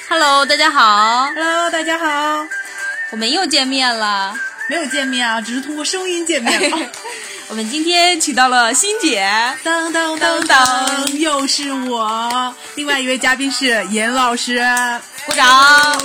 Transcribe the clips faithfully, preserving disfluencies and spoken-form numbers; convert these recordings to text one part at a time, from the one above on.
Hello， 大家好。 Hello， 大家好。 我们又见面了。 没有见面啊，只是通过声音见面了。 我们今天请到了欣姐， 当当当当，又是我。另外一位嘉宾是严老师， 鼓掌。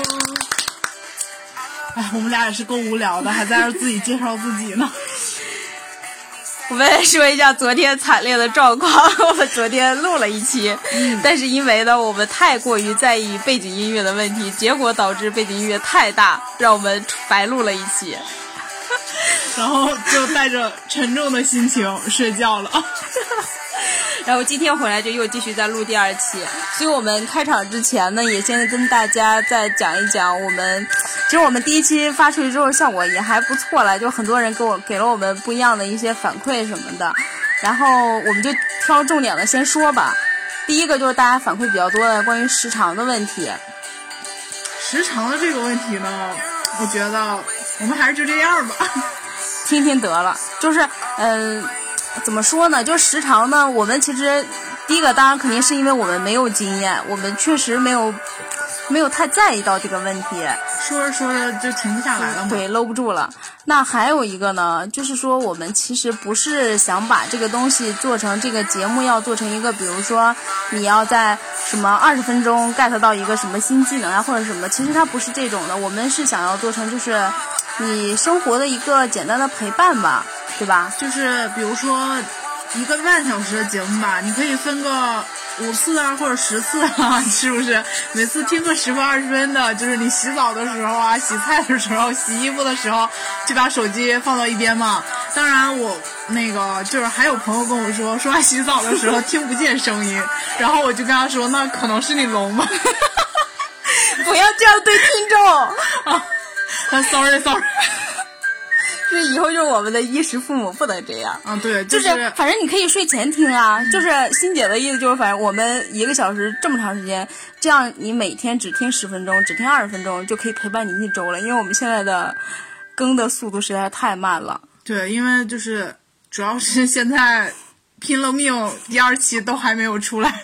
哎，我们俩也是够无聊的，还在这自己介绍自己呢。 我们说一下昨天惨烈的状况。我们昨天录了一期、嗯、但是因为呢我们太过于在意背景音乐的问题，结果导致背景音乐太大，让我们白录了一期， 然后就带着沉重的心情睡觉了。 然后今天回来就又继续再录第二期。所以我们开场之前呢，也先跟大家再讲一讲，我们其实我们第一期发出去之后效果也还不错了，就很多人给我给了我们不一样的一些反馈什么的。然后我们就挑重点的先说吧。第一个就是大家反馈比较多的关于时长的问题。 时长的这个问题呢，我觉得我们还是就这样吧， 听听得了。就是嗯、呃，怎么说呢，就时长呢，我们其实第一个当然肯定是因为我们没有经验，我们确实没有没有太在意到这个问题， 说着说着就停不下来了嘛。 对，搂不住了。那还有一个呢，就是说我们其实不是想把这个东西做成这个节目要做成一个，比如说你要在什么二十分钟 get 到一个什么新技能啊或者什么，其实它不是这种的。我们是想要做成就是你生活的一个简单的陪伴吧，对吧？ 就是比如说一个半小时的节目吧，你可以分个五次啊，或者十次啊，是不是？每次听个十分二十分的，就是你洗澡的时候啊，洗菜的时候，洗衣服的时候，就把手机放到一边嘛。当然我那个就是还有朋友跟我说，说他洗澡的时候听不见声音，然后我就跟他说，那可能是你聋吧。 不要这样对听众啊。sorry sorry。 就是以后就是我们的衣食父母不能这样。 嗯，对， 就是、就是、反正你可以睡前听啊。嗯、就是欣姐的意思就是，反正我们一个小时这么长时间，这样你每天只听十分钟，只听二十分钟，就可以陪伴你一周了。因为我们现在的更的速度实在是太慢了。 对，因为就是主要是现在拼了命，第二期都还没有出来。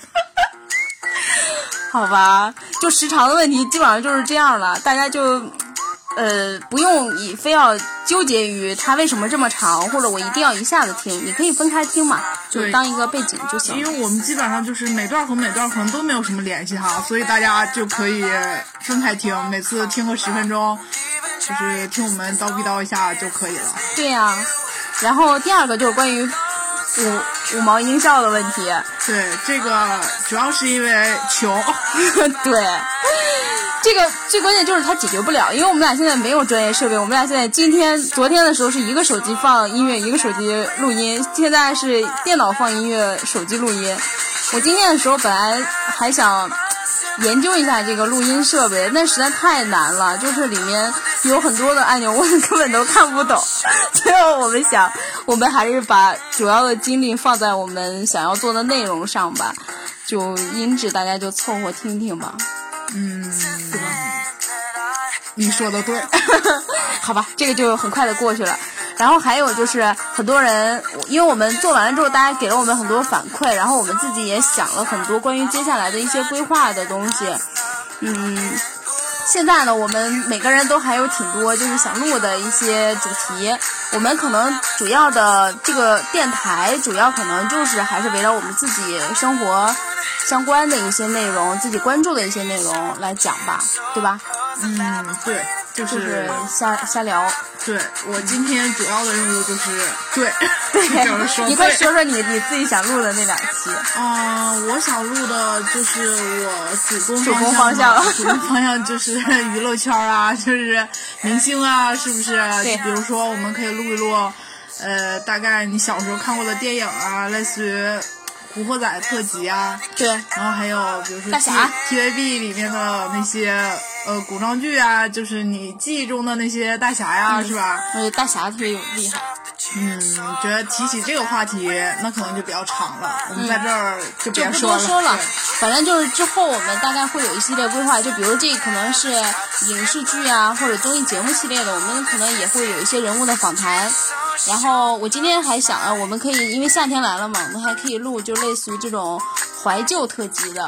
好吧，就时长的问题基本上就是这样了，大家就。呃，不用以非要纠结于它为什么这么长，或者我一定要一下子听，你可以分开听嘛，就当一个背景就行。 因为我们基本上就是每段和每段可能都没有什么联系哈，所以大家就可以分开听，每次听个十分钟，就是听我们叨逼叨一下就可以了。 对呀、啊，然后第二个就是关于五五毛音效的问题。 对，这个主要是因为穷。 对。这个最关键就是它解决不了，因为我们俩现在没有专业设备，我们俩现在今天昨天的时候是一个手机放音乐，一个手机录音，现在是电脑放音乐，手机录音。我今天的时候本来还想研究一下这个录音设备，但实在太难了，就是里面有很多的按钮我根本都看不懂。最后我们想我们还是把主要的精力放在我们想要做的内容上吧，就音质大家就凑合听听吧。 嗯，对吧？你说的对。 好吧，这个就很快的过去了。然后还有就是很多人，因为我们做完了之后，大家给了我们很多反馈，然后我们自己也想了很多关于接下来的一些规划的东西。嗯，现在呢，我们每个人都还有挺多就是想录的一些主题。我们可能主要的这个电台，主要可能就是还是围绕我们自己生活相关的一些内容，自己关注的一些内容来讲吧，对吧？ 嗯，对，就是、 就是、瞎瞎聊。 对，我今天主要的任务就是对， 对， 就是说你快说说你你自己想录的那两期。 啊、呃，我想录的就是我主攻主攻方向， 主攻方向就是娱乐圈啊，就是明星啊，是不是？ 对， 比如说我们可以录一录，呃，大概你小时候看过的电影啊，类似于。古惑仔特辑啊， 对， 然后还有比如说大侠 T V B 里面的那些呃古装剧啊，就是你记忆中的那些大侠呀， 嗯、 是吧？ 我觉得大侠特别有厉害。 嗯，觉得提起这个话题，那可能就比较长了。我们在这儿就别说了，就不多说了。反正就是之后我们大概会有一系列规划，就比如这可能是影视剧啊或者综艺节目系列的，我们可能也会有一些人物的访谈。然后我今天还想啊，我们可以因为夏天来了嘛，我们还可以录就类似于这种怀旧特辑的。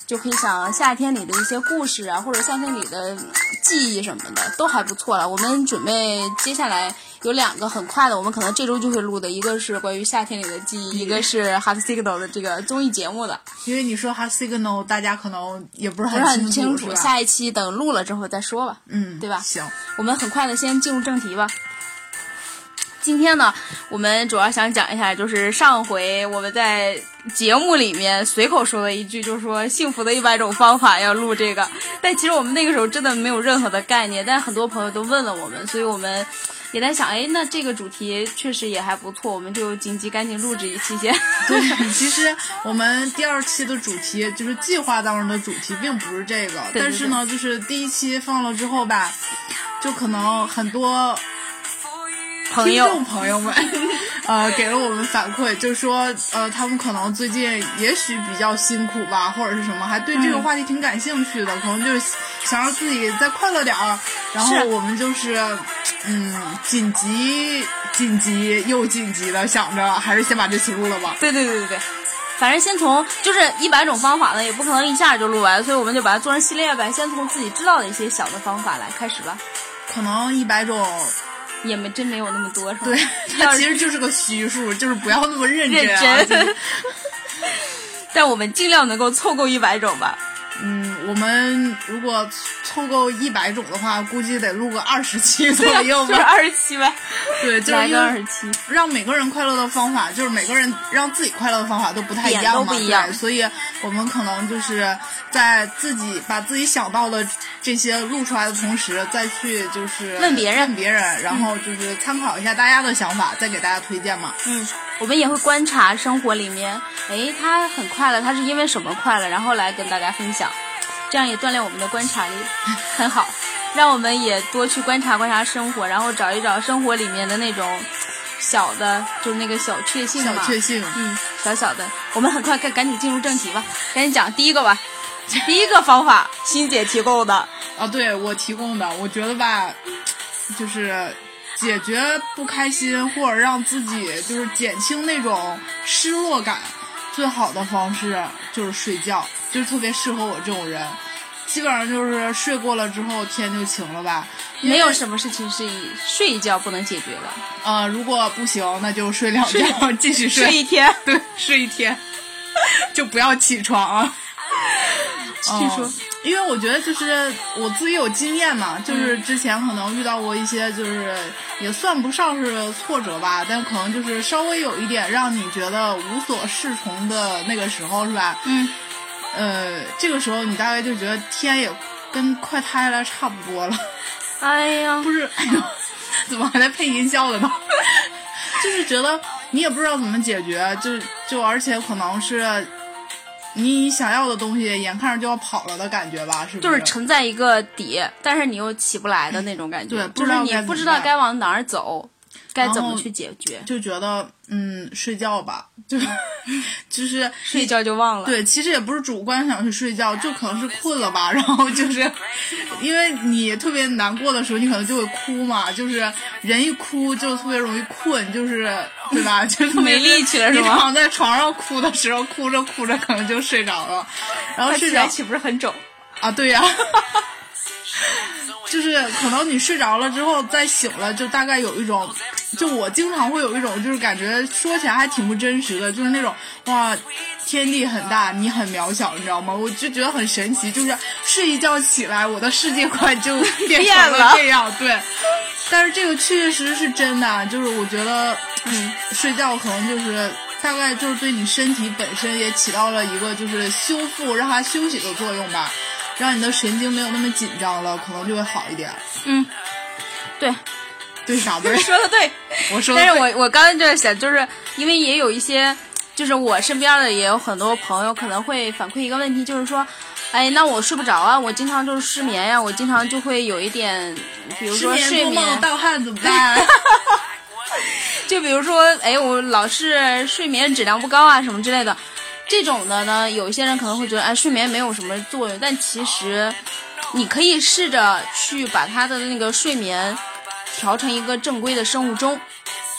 就可以想夏天里的一些故事啊，或者夏天里的记忆什么的，都还不错了。我们准备接下来有两个很快的，我们可能这周就会录的，一个是关于夏天里的记忆，一个是 Hot Signal 的这个综艺节目的。 因为你说 Hot Signal， 大家可能也不是很很清楚， 下一期等录了之后再说吧， 嗯， 对吧？ 行， 我们很快的先进入正题吧。今天呢，我们主要想讲一下，就是上回我们在节目里面随口说的一句，就是说幸福的一百种方法要录这个，但其实我们那个时候真的没有任何的概念，但很多朋友都问了我们，所以我们也在想，哎，那这个主题确实也还不错，我们就紧急赶紧录制一期先。 对，其实我们第二期的主题就是计划当中的主题，并不是这个， 对对对， 但是呢，就是第一期放了之后吧，就可能很多朋友听众朋友们，呃，给了我们反馈，就是说，呃，他们可能最近也许比较辛苦吧，或者是什么，还对这个话题挺感兴趣的，嗯、可能就是想让自己再快乐点儿。然后我们就是，嗯，紧急、紧急又紧急的想着，还是先把这期录了吧。 对对对对对。反正先从就是一百种方法呢，也不可能一下就录完，所以我们就把它做成系列呗。先从自己知道的一些小的方法来开始吧。 可能一百种。 也没真没有那么多，是吧？ 对，它其实就是个虚数，就是不要那么认真、啊。 认真。但我们尽量能够凑够一百种吧。 嗯，我们如果凑够一百种的话，估计得录个二十期左右吧。 就是二十期呗。 对，就是来个二十期， 让每个人快乐的方法，就是每个人让自己快乐的方法都不太一样嘛， 都不一样。 对，所以我们可能就是在自己把自己想到的这些录出来的同时，再去就是问别人， 问别人，然后就是参考一下大家的想法，再给大家推荐嘛。 嗯，我们也会观察生活里面，哎，他很快乐，他是因为什么快乐，然后来跟大家分享。这样也锻炼我们的观察力，很好，让我们也多去观察观察生活，然后找一找生活里面的那种小的，就是那个小确幸嘛， 小确幸， 嗯，小小的。我们很快赶赶紧进入正题吧，赶紧讲第一个吧。第一个方法，欣姐提供的啊，对我提供的，我觉得吧，就是解决不开心或者让自己就是减轻那种失落感，最好的方式就是睡觉。就是特别适合我这种人，基本上就是睡过了之后天就晴了吧。 没有什么事情是以睡一觉不能解决的。 呃，如果不行，那就睡两觉，继续睡睡一天， 对，睡一天，就不要起床啊。 继续说、 嗯，因为我觉得就是我自己有经验嘛，就是之前可能遇到过一些，就是也算不上是挫折吧，但可能就是稍微有一点让你觉得无所适从的那个时候，是吧？ 嗯。 呃，这个时候你大概就觉得天也跟快塌了差不多了。 哎呀， 不是，哎呦，怎么还在配音效的呢？就是觉得你也不知道怎么解决，就就而且可能是你想要的东西眼看着就要跑了的感觉吧，是不是？ 就是沉在一个底，但是你又起不来的那种感觉。 对， 就是你不知道该往哪儿走，该怎么去解决， 就觉得嗯，睡觉吧，就就是睡觉就忘了。 对，其实也不是主观想去睡觉，就可能是困了吧。然后就是因为你特别难过的时候，你可能就会哭嘛。就是人一哭就特别容易困，就是对吧？就没力气了是吗？ 你躺在床上哭的时候，哭着哭着可能就睡着了，然后睡着岂不是很肿啊？对呀、啊。就是可能你睡着了之后再醒了，就大概有一种，就我经常会有一种就是感觉说起来还挺不真实的，就是那种哇天地很大你很渺小，你知道吗？我就觉得很神奇，就是睡一觉起来我的世界观就变成了这样。对，但是这个确确实实是真的，就是我觉得嗯睡觉可能就是大概就是对你身体本身也起到了一个就是修复让它休息的作用吧，让你的神经没有那么紧张了，可能就会好一点。 嗯，对， 对啥对？ 说的对， 我说的对。但是我我刚才就在想，就是因为也有一些，就是我身边的也有很多朋友可能会反馈一个问题，就是说，哎，那我睡不着啊，我经常就是失眠呀、啊，我经常就会有一点，比如说睡眠多梦盗汗怎么办？ 就比如说，哎，我老是睡眠质量不高啊，什么之类的。这种的呢，有一些人可能会觉得，哎，睡眠没有什么作用，但其实你可以试着去把他的那个睡眠调成一个正规的生物钟，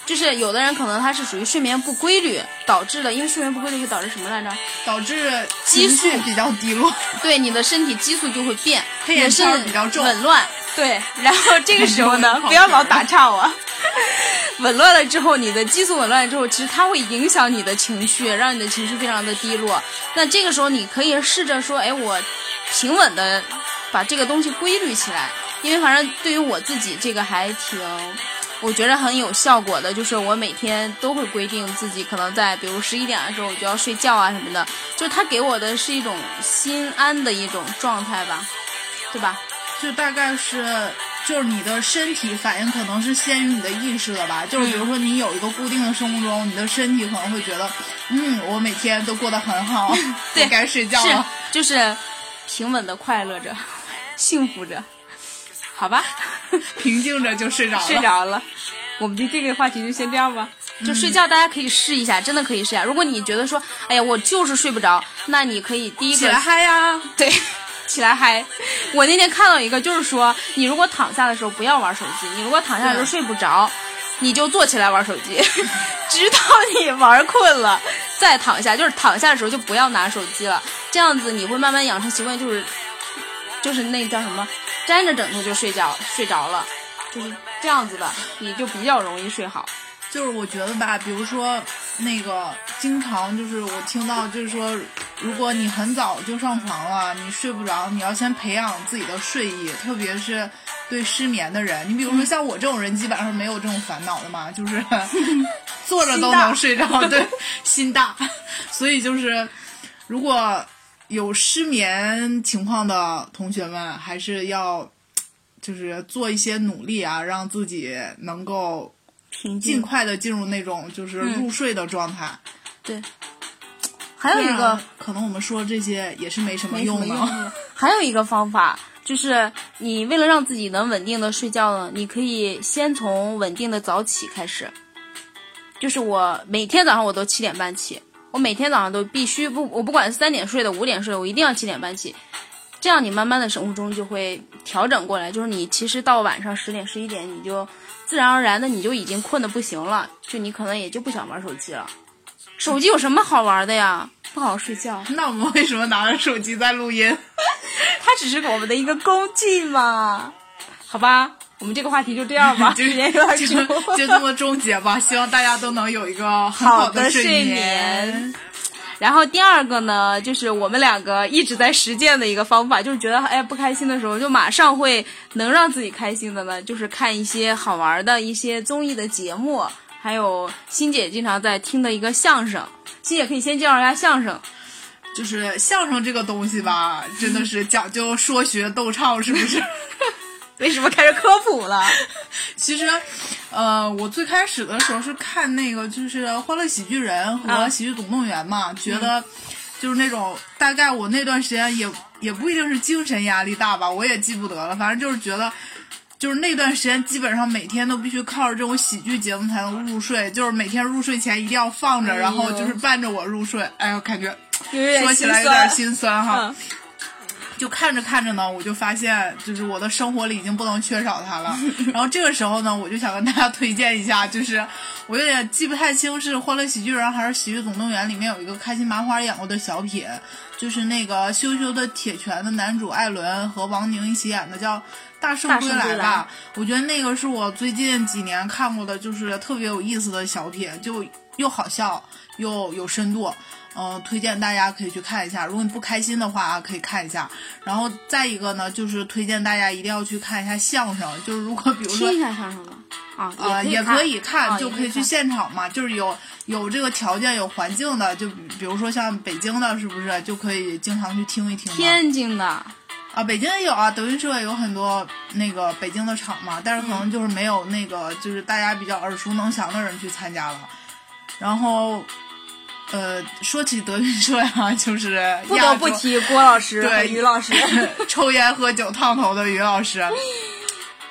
就是有的人可能他是属于睡眠不规律导致的，因为睡眠不规律会导致什么来着？ 导致激素比较低落， 对，你的身体激素就会变， 黑眼圈比较重， 紊乱。对，然后这个时候呢，不要老打岔我。紊乱了之后，你的激素紊乱了之后，其实它会影响你的情绪，让你的情绪非常的低落。那这个时候你可以试着说，哎，我平稳的把这个东西规律起来，因为反正对于我自己这个还挺，我觉得很有效果的，就是我每天都会规定自己可能在比如十一点的时候我就要睡觉啊什么的，就是它给我的是一种心安的一种状态吧，对吧？ 就大概是就是你的身体反应可能是先于你的意识的吧，就是比如说你有一个固定的生物钟，你的身体可能会觉得嗯我每天都过得很好，对，该睡觉了， 是就是平稳的快乐着，幸福着，好吧， 平静着就睡着了， 睡着了。我们的这个话题就先这样吧。就睡觉，大家可以试一下，嗯、真的可以试一下。如果你觉得说，哎呀，我就是睡不着，那你可以第一个起来嗨呀， 对，起来嗨。我那天看到一个，就是说，你如果躺下的时候不要玩手机，你如果躺下的时候睡不着，你就坐起来玩手机，直到你玩困了再躺下。就是躺下的时候就不要拿手机了，这样子你会慢慢养成习惯，就是就是那叫什么，沾着枕头就睡觉，睡着了。就是这样子的，你就比较容易睡好。 就是我觉得吧，比如说那个经常就是我听到就是说，如果你很早就上床了，你睡不着，你要先培养自己的睡意，特别是对失眠的人。你比如说像我这种人，基本上没有这种烦恼的嘛，就是坐着都能睡着，对，心大。所以就是如果有失眠情况的同学们，还是要就是做一些努力啊，让自己能够尽快的进入那种就是入睡的状态。 嗯、对，还有一个可能我们说这些也是没什么用的。 用还有一个方法就是，你为了让自己能稳定的睡觉呢，你可以先从稳定的早起开始。就是我每天早上我都七点半起，我每天早上都必须不，我不管是三点睡的、五点睡的，我一定要七点半起。这样你慢慢的生物钟就会调整过来，就是你其实到晚上十点十一点，你就自然而然的你就已经困得不行了，就你可能也就不想玩手机了。手机有什么好玩的呀？不好好睡觉。 那我们为什么拿着手机在录音？ 它只是我们的一个工具嘛。好吧，我们这个话题就这样吧， 就就就这么终结吧。希望大家都能有一个很好的睡眠。 好的睡眠。然后第二个呢，就是我们两个一直在实践的一个方法，就是觉得哎不开心的时候，就马上会能让自己开心的呢，就是看一些好玩的一些综艺的节目，还有欣姐经常在听的一个相声。欣姐可以先介绍一下相声。 就是相声这个东西吧，真的是讲究说学逗唱，是不是？ 为什么开始科普了？ 其实，呃，我最开始的时候是看那个就是《欢乐喜剧人》和《喜剧总动员》嘛，啊、觉得就是那种大概我那段时间也也不一定是精神压力大吧，我也记不得了，反正就是觉得。就是那段时间基本上每天都必须靠着这种喜剧节目才能入睡，就是每天入睡前一定要放着，哎、然后就是伴着我入睡。哎呦，感觉说起来有点心酸哈。嗯、就看着看着呢，我就发现就是我的生活里已经不能缺少它了。然后这个时候呢，我就想跟大家推荐一下，就是我有点记不太清是《欢乐喜剧人》还是《喜剧总动员》里面有一个开心麻花演过的小品，就是那个羞羞的铁拳的男主艾伦和王宁一起演的，叫大圣归来吧。我觉得那个是我最近几年看过的就是特别有意思的小品，就又好笑又有深度，嗯、呃，推荐大家可以去看一下。如果你不开心的话可以看一下。然后再一个呢，就是推荐大家一定要去看一下相声，就是如果比如说听一下相声吗？啊， 呃，也可以看， 啊、 就可以去现场嘛。就是有有这个条件、有环境的，就比如说像北京的，是不是就可以经常去听一听？ 天津的。 啊，北京也有啊，德云社也有很多那个北京的场嘛，但是可能就是没有那个就是大家比较耳熟能详的人去参加了。然后，呃，说起德云社呀，就是不得不提郭老师对于老师， 抽烟喝酒烫头的于老师。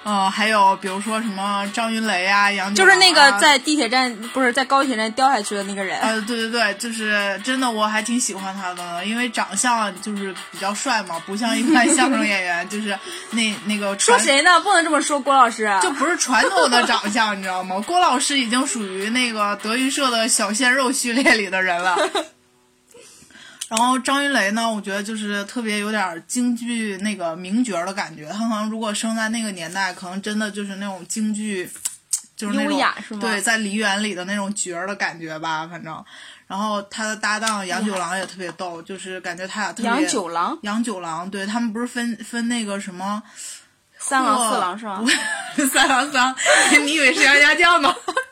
呃，还有比如说什么张云雷啊、杨九、啊， 就是那个在地铁站不是在高铁站掉下去的那个人。 呃，对对对，就是真的我还挺喜欢他的，因为长相就是比较帅嘛，不像一般相声演员，就是那那个说谁呢？不能这么说，郭老师就不是传统的长相，你知道吗？郭老师已经属于那个德云社的小鲜肉序列里的人了。然后张云雷呢，我觉得就是特别有点京剧那个名角的感觉。他可能如果生在那个年代，可能真的就是那种京剧，就是那种优雅是吗？ 对，在梨园里的那种角儿的感觉吧，反正。然后他的搭档杨九郎也特别逗，就是感觉他俩特别。 杨九郎。 杨九郎，对他们不是分分那个什么。 三郎四郎是吧？ 三郎四郎，你以为是杨家将吗？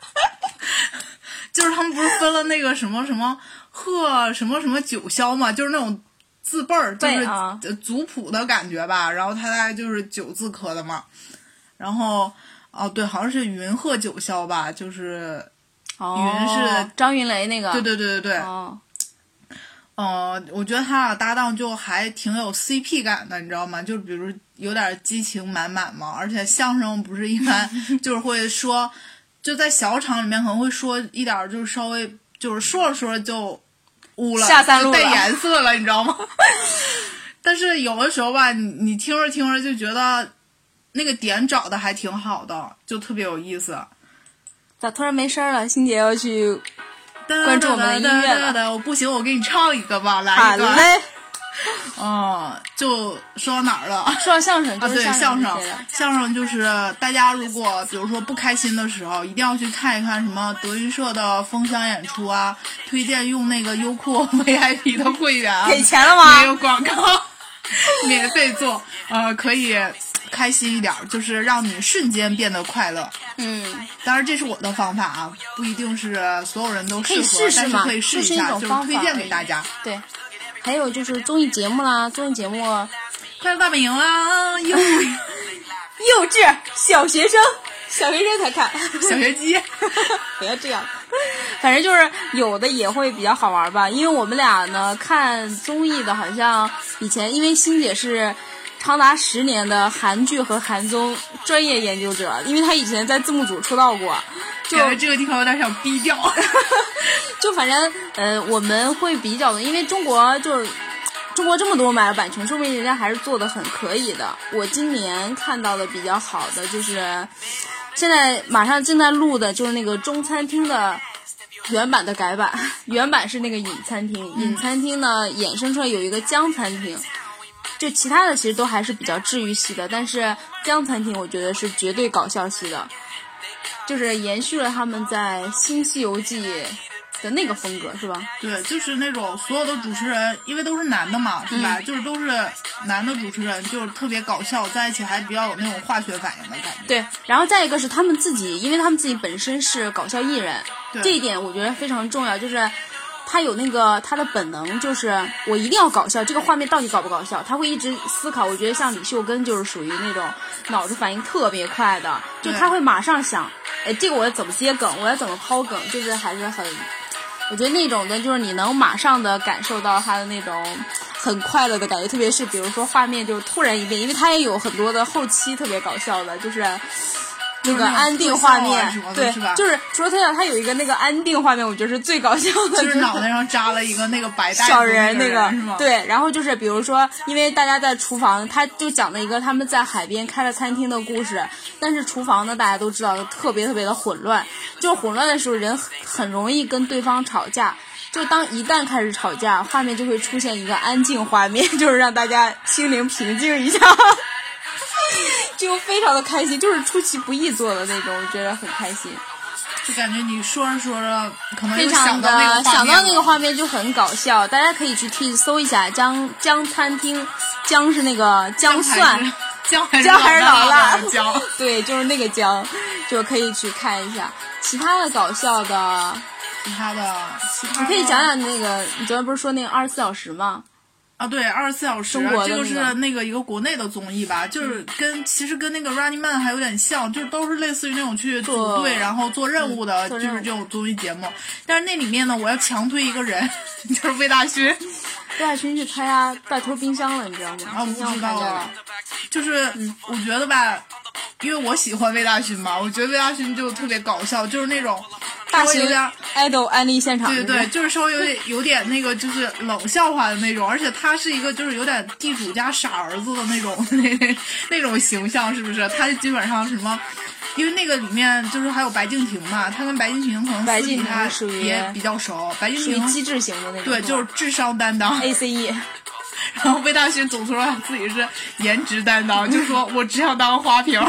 就是他们不是分了那个什么什么贺什么什么九霄嘛，就是那种字辈儿，就是族谱的感觉吧。然后他大概就是九字科的嘛。然后哦对，好像是云鹤九霄吧，就是云是、 哦、张云雷那个。 对对对对对。 哦。 呃，我觉得他俩搭档就还挺有 C P 感的，你知道吗？就比如有点激情满满嘛，而且相声不是一般就是会说，就在小场里面可能会说一点，就是稍微就是说着说着就污了， 下三路了， 带颜色了，你知道吗？但是有的时候吧，你你听着听着就觉得那个点找的还挺好的，就特别有意思。 咋突然没声了？欣姐要去关注我们的音乐了。 我不行，我给你唱一个吧，来一个。 好嘞。 嗯，就说到哪儿了？ 说到相声， 啊，对，相声， 相声就是大家如果比如说不开心的时候，一定要去看一看什么德云社的封箱演出啊，推荐用那个优酷 V I P 的会员啊， 给钱了吗？ 没有广告，免费做，呃，可以开心一点，就是让你瞬间变得快乐。 嗯， 当然这是我的方法啊，不一定是所有人都适合， 可以试试嘛， 但是可以试一下， 就是推荐给大家。 对。还有就是综艺节目啦，综艺节目快乐大本营啦，幼幼稚小学生，小学生才看， 小学鸡， 不要这样。反正就是有的也会比较好玩吧，因为我们俩呢看综艺的，好像以前因为欣姐是长达十年的韩剧和韩综专业研究者，因为她以前在字幕组出道过。 就感觉这个地方有点想逼掉。 就反正呃我们会比较的，因为中国就是中国这么多买了版权，说明人家还是做的很可以的。我今年看到的比较好的就是现在马上正在录的就是那个中餐厅的原版的改版，原版是那个隐餐厅，隐餐厅呢衍生出来有一个江餐厅，就其他的其实都还是比较治愈系的，但是江餐厅我觉得是绝对搞笑系的，就是延续了他们在新西游记的那个风格，是吧？ 对，就是那种所有的主持人因为都是男的嘛，是吧、嗯、就是都是男的主持人，就是特别搞笑，在一起还比较有那种化学反应的感觉。 对，然后再一个是他们自己，因为他们自己本身是搞笑艺人，这一点我觉得非常重要，就是他有那个他的本能，就是我一定要搞笑，这个画面到底搞不搞笑，他会一直思考。我觉得像李秀根就是属于那种脑子反应特别快的，就他会马上想，哎，这个我要怎么接梗，我要怎么抛梗，就是还是很，我觉得那种的就是你能马上的感受到他的那种很快乐的感觉，特别是比如说画面就是突然一变，因为他也有很多的后期特别搞笑的，就是那个安定画面， 啊、 对，就是除了特效，它有一个那个安定画面，我觉得是最搞笑的， 就是脑袋上扎了一个那个白带小人那个， 对，然后就是比如说，因为大家在厨房，他就讲了一个他们在海边开了餐厅的故事，但是厨房呢，大家都知道特别特别的混乱，就是混乱的时候，人很容易跟对方吵架。就当一旦开始吵架，画面就会出现一个安静画面，就是让大家心灵平静一下。就非常的开心，就是出其不意做的那种，我觉得很开心。 就感觉你说着说着，可能非常的想到那个画面就很搞笑，大家可以去去搜一下江江餐厅，江是那个姜蒜， 姜还是姜还是老辣姜， 对，就是那个姜，就可以去看一下。其他的搞笑的， 其他的，其他的你可以讲讲那个，你昨天不是说那个二十四小时吗？ 啊，对，二十四小时， 中国的这个是那个一个国内的综艺吧，就是跟、嗯、其实跟那个 Running Man 还有点像，就是都是类似于那种去组队然后做任务的， 嗯、 就是这种综艺节目。但是那里面呢，我要强推一个人，就是魏大勋。 魏大勋去参加拜托冰箱了，你知道吗？ 啊，我不知道啊。就是、嗯、我觉得吧， 因为我喜欢魏大勋嘛，我觉得魏大勋就特别搞笑，就是那种大型 idol 安利现场， 对对对，就是稍微有点有点那个就是冷笑话的那种，而且他是一个就是有点地主家傻儿子的那种那那种形象，是不是？他基本上什么？因为那个里面就是还有白敬亭嘛，他跟白敬亭可能私底下也比较熟。白敬亭机智型的那种， 对，就是智商担当 A C E。 然后魏大勋总说自己是颜值担当，就说我只想当花瓶。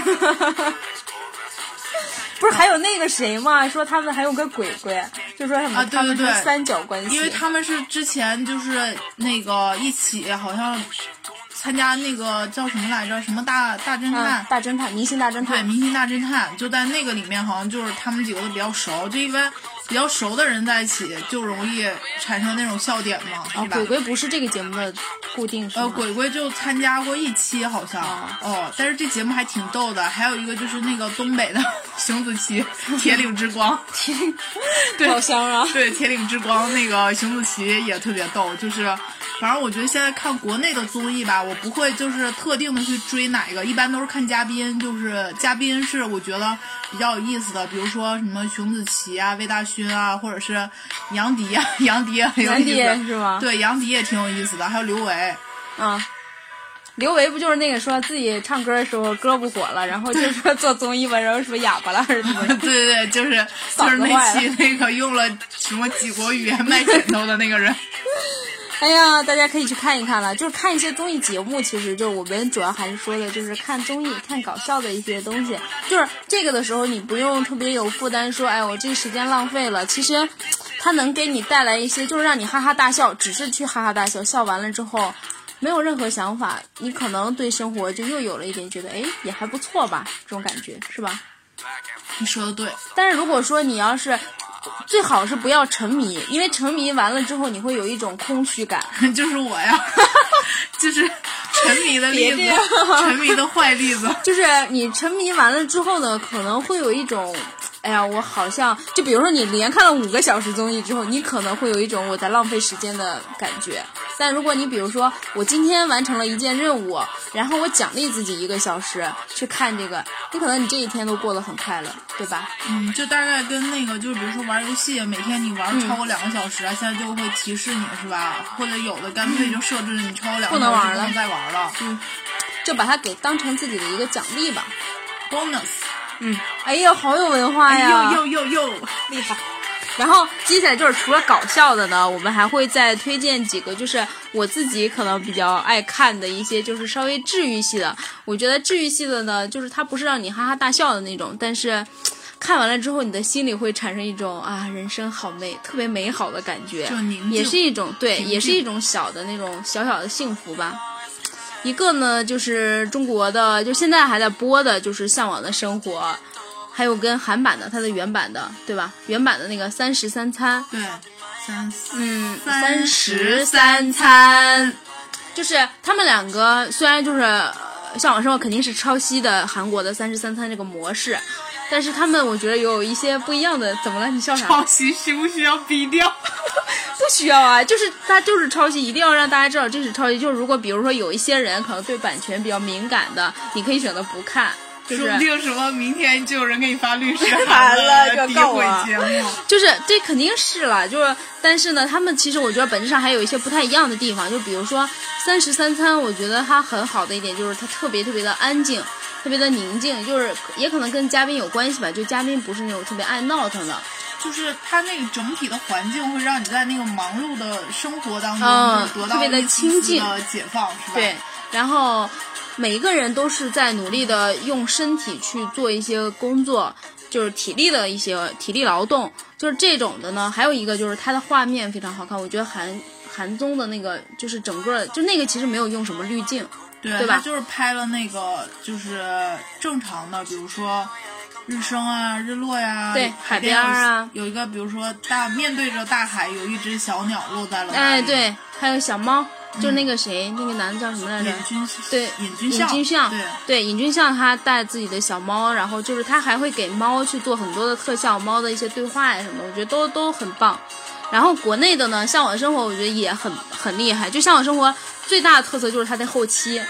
不是还有那个谁吗？说他们还有个鬼鬼，就说什么他们是三角关系， 因为他们是之前就是那个一起好像。参加那个叫什么来着？什么大大侦探、 嗯？大侦探，明星大侦探。 对，明星大侦探，就在那个里面，好像就是他们几个都比较熟，就一般比较熟的人在一起，就容易产生那种笑点嘛， 是吧？鬼鬼不是这个节目的固定是吗？ 呃，鬼鬼就参加过一期，好像哦, 哦，但是这节目还挺逗的。还有一个就是那个东北的熊梓淇，铁岭之光， 铁对，好香啊！ 对，铁岭之光那个熊梓淇也特别逗，就是。反正我觉得现在看国内的综艺吧，我不会就是特定的去追哪个，一般都是看嘉宾，就是嘉宾是我觉得比较有意思的，比如说什么熊梓淇啊、魏大勋啊，或者是杨迪啊，杨迪也很有意思， 杨迪是吗？ 对，杨迪也挺有意思的，还有刘维， 啊。刘维不就是那个说自己唱歌的时候歌不火了，然后就说做综艺吧，然后说哑巴了还是怎么？ 对对对，就是就是那期那个用了什么几国语言卖枕头的那个人。 哎呀，大家可以去看一看了，就是看一些综艺节目，其实就是我们主要还是说的就是看综艺，看搞笑的一些东西。就是这个的时候，你不用特别有负担，说哎，我这时间浪费了。其实，它能给你带来一些，就是让你哈哈大笑，只是去哈哈大笑，笑完了之后，没有任何想法，你可能对生活就又有了一点觉得，哎，也还不错吧，这种感觉是吧？ 你说的对。 但是如果说你要是。最好是不要沉迷，因为沉迷完了之后你会有一种空虚感。 就是我呀，就是沉迷的例子，沉迷的坏例子。 就是你沉迷完了之后呢，可能会有一种，哎呀，我好像就比如说你连看了五个小时综艺之后，你可能会有一种我在浪费时间的感觉。但如果你比如说我今天完成了一件任务，然后我奖励自己一个小时去看这个，你可能你这一天都过得很快乐，对吧？ 嗯，就大概跟那个就是比如说玩游戏，每天你玩超过两个小时啊，嗯、现在就会提示你是吧？或者有的干脆就设置你超过两个小时不能玩了，不能再玩了。 嗯，就把它给当成自己的一个奖励吧 ，bonus。 嗯，哎呀，好有文化呀！ 呦呦呦呦， 厉害。然后接下来就是除了搞笑的呢，我们还会再推荐几个，就是我自己可能比较爱看的一些，就是稍微治愈系的。我觉得治愈系的呢，就是它不是让你哈哈大笑的那种，但是看完了之后，你的心里会产生一种啊，人生好美，特别美好的感觉，也是一种对，也是一种小的那种小小的幸福吧。一个呢，就是中国的，就现在还在播的，就是《向往的生活》。还有跟韩版的，它的原版的，对吧？原版的那个三十三餐， 对，三嗯，三十三餐，就是他们两个虽然就是《向往生活》肯定是抄袭的韩国的三十三餐这个模式，但是他们我觉得有一些不一样的。怎么了？你笑啥？ 抄袭需不需要逼掉？ 不需要啊，就是它就是抄袭，一定要让大家知道这是抄袭。就是如果比如说有一些人可能对版权比较敏感的，你可以选择不看。就是、 说不定什么明天就有人给你发律师函了， 诋毁节目。 就是这肯定是了，就是但是呢，他们其实我觉得本质上还有一些不太一样的地方，就比如说三十三餐，我觉得它很好的一点就是它特别特别的安静，特别的宁静，就是也可能跟嘉宾有关系吧，就嘉宾不是那种特别爱闹腾的。 就是它那个整体的环境会让你在那个忙碌的生活当中、 嗯、 得到特别的清静的解放，是吧？ 对，然后。每一个人都是在努力的用身体去做一些工作，就是体力的一些体力劳动，就是这种的呢。还有一个就是它的画面非常好看，我觉得韩韩综的那个就是整个就那个其实没有用什么滤镜， 对， 对吧？ 就是拍了那个就是正常的，比如说日升啊、日落呀， 对，海边啊， 有一个比如说大面对着大海，有一只小鸟落在了那里， 哎，对，还有小猫。就是那个谁、嗯，那个男的叫什么来着？ 尹君对， 尹君尹君相， 对对，尹君相他带自己的小猫，然后就是他还会给猫去做很多的特效，猫的一些对话呀什么，我觉得都都很棒。然后国内的呢，《向往生活》我觉得也很很厉害，就《向往生活》最大的特色就是它的后期。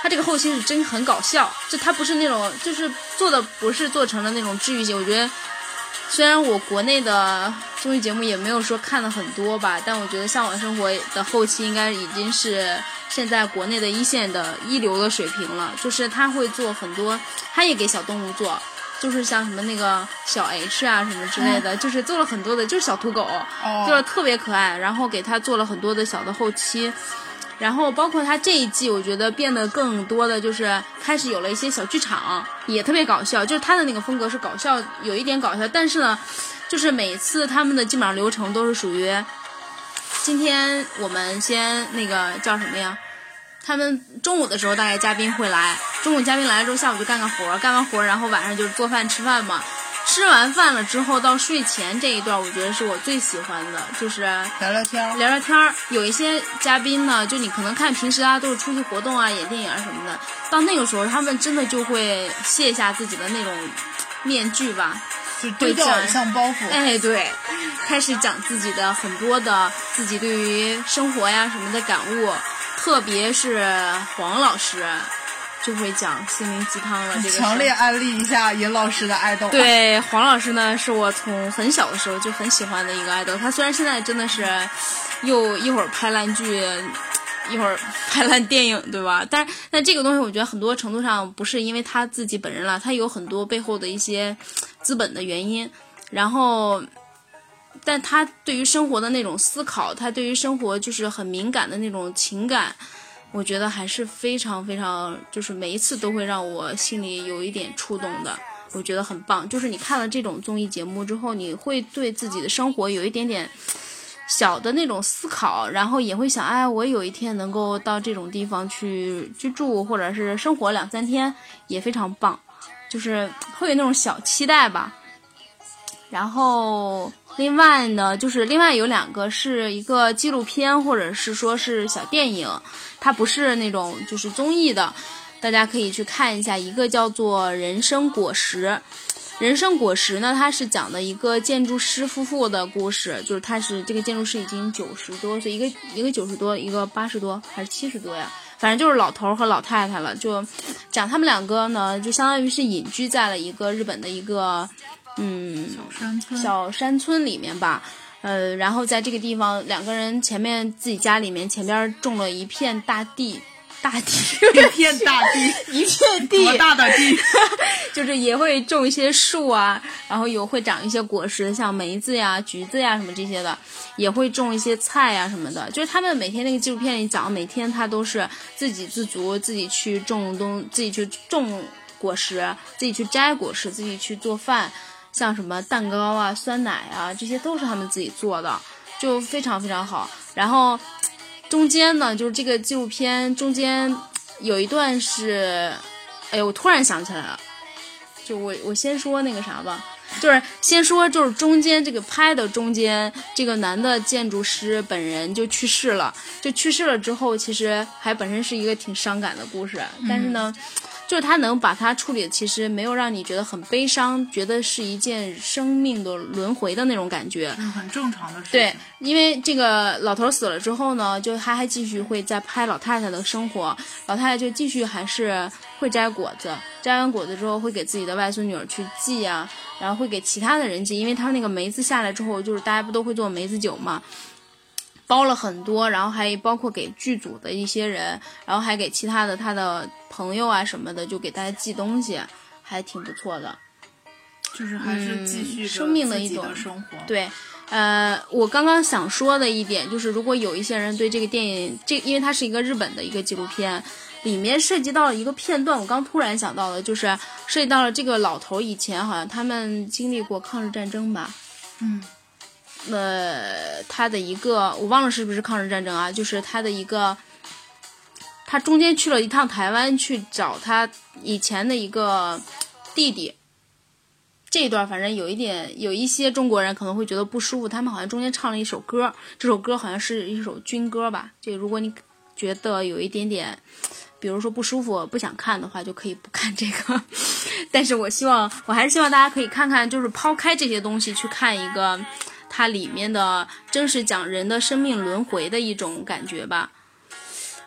他这个后期是真很搞笑，就他不是那种就是做的不是做成了那种治愈性。我觉得虽然我国内的综艺节目也没有说看的很多吧，但我觉得《向往生活》的后期应该已经是现在国内的一线的一流的水平了。就是他会做很多，他也给小动物做，就是像什么那个小 H 啊什么之类的，嗯、就是做了很多的，就是小土狗，哦、就是特别可爱，然后给他做了很多的小的后期。然后包括他这一季我觉得变得更多的就是开始有了一些小剧场，也特别搞笑，就是他的那个风格是搞笑，有一点搞笑，但是呢就是每次他们的基本上流程都是属于今天我们先那个叫什么呀，他们中午的时候大概嘉宾会来，中午嘉宾来了之后下午就干个活，干完活然后晚上就是做饭吃饭嘛。吃完饭了之后到睡前这一段我觉得是我最喜欢的，就是聊聊天聊聊天。有一些嘉宾呢，就你可能看平时啊都是出去活动啊演电影啊什么的，到那个时候他们真的就会卸下自己的那种面具吧， 就丢掉偶像包袱， 哎对，开始讲自己的很多的自己对于生活呀什么的感悟，特别是黄老师就会讲心灵鸡汤了。这个强烈安利一下尹老师的爱豆。 对，黄老师呢是我从很小的时候就很喜欢的一个爱豆，他虽然现在真的是又一会儿拍烂剧一会儿拍烂电影对吧，但但这个东西我觉得很多程度上不是因为他自己本人了，他有很多背后的一些资本的原因，然后但他对于生活的那种思考，他对于生活就是很敏感的那种情感，我觉得还是非常非常，就是每一次都会让我心里有一点触动的，我觉得很棒。就是你看了这种综艺节目之后，你会对自己的生活有一点点小的那种思考，然后也会想，哎，我有一天能够到这种地方去居住，或者是生活两三天，也非常棒，就是会有那种小期待吧。然后另外呢，就是另外有两个是一个纪录片或者是说是小电影，它不是那种就是综艺的，大家可以去看一下。一个叫做人生果实，人生果实呢，它是讲的一个建筑师夫妇的故事，就是他是这个建筑师已经九十多岁，一个一个九十多，一个八十多还是七十多呀，反正就是老头和老太太了。就讲他们两个呢，就相当于是隐居在了一个日本的一个嗯小山村小山村里面吧。呃，然后在这个地方，两个人前面自己家里面前边种了一片大地，大地一片大地， 一片地， 多大的地？ 就是也会种一些树啊，然后有会长一些果实，像梅子呀、橘子呀什么这些的，也会种一些菜呀什么的。就是他们每天那个纪录片里讲，每天他都是自给自足，自己去种东，自己去种果实，自己去摘果实，自己去做饭。像什么蛋糕啊、酸奶啊，这些都是他们自己做的，就非常非常好。然后中间呢，就是这个纪录片中间有一段是，哎呦，我突然想起来了，就我我先说那个啥吧，就是先说就是中间这个拍的中间，这个男的建筑师本人就去世了，就去世了之后，其实还本身是一个挺伤感的故事，但是呢。嗯就是他能把它处理的其实没有让你觉得很悲伤，觉得是一件生命的轮回的那种感觉， 嗯，很正常的事情。 对，因为这个老头死了之后呢，就他还继续会再拍老太太的生活，老太太就继续还是会摘果子，摘完果子之后会给自己的外孙女儿去祭啊，然后会给其他的人祭，因为他那个梅子下来之后，就是大家不都会做梅子酒嘛。包了很多，然后还包括给剧组的一些人，然后还给其他的他的朋友啊什么的，就给大家寄东西，还挺不错的。 就是还是继续、 嗯、生命的一种生活。 对，呃，我刚刚想说的一点就是，如果有一些人对这个电影，这因为它是一个日本的一个纪录片，里面涉及到了一个片段，我刚突然想到的，就是涉及到了这个老头以前好像他们经历过抗日战争吧。 嗯。 呃，他的一个我忘了是不是抗日战争啊，就是他的一个他中间去了一趟台湾去找他以前的一个弟弟，这一段反正有一点有一些中国人可能会觉得不舒服，他们好像中间唱了一首歌，这首歌好像是一首军歌吧，这如果你觉得有一点点比如说不舒服不想看的话，就可以不看这个但是我希望我还是希望大家可以看看，就是抛开这些东西去看一个它里面的真是讲人的生命轮回的一种感觉吧。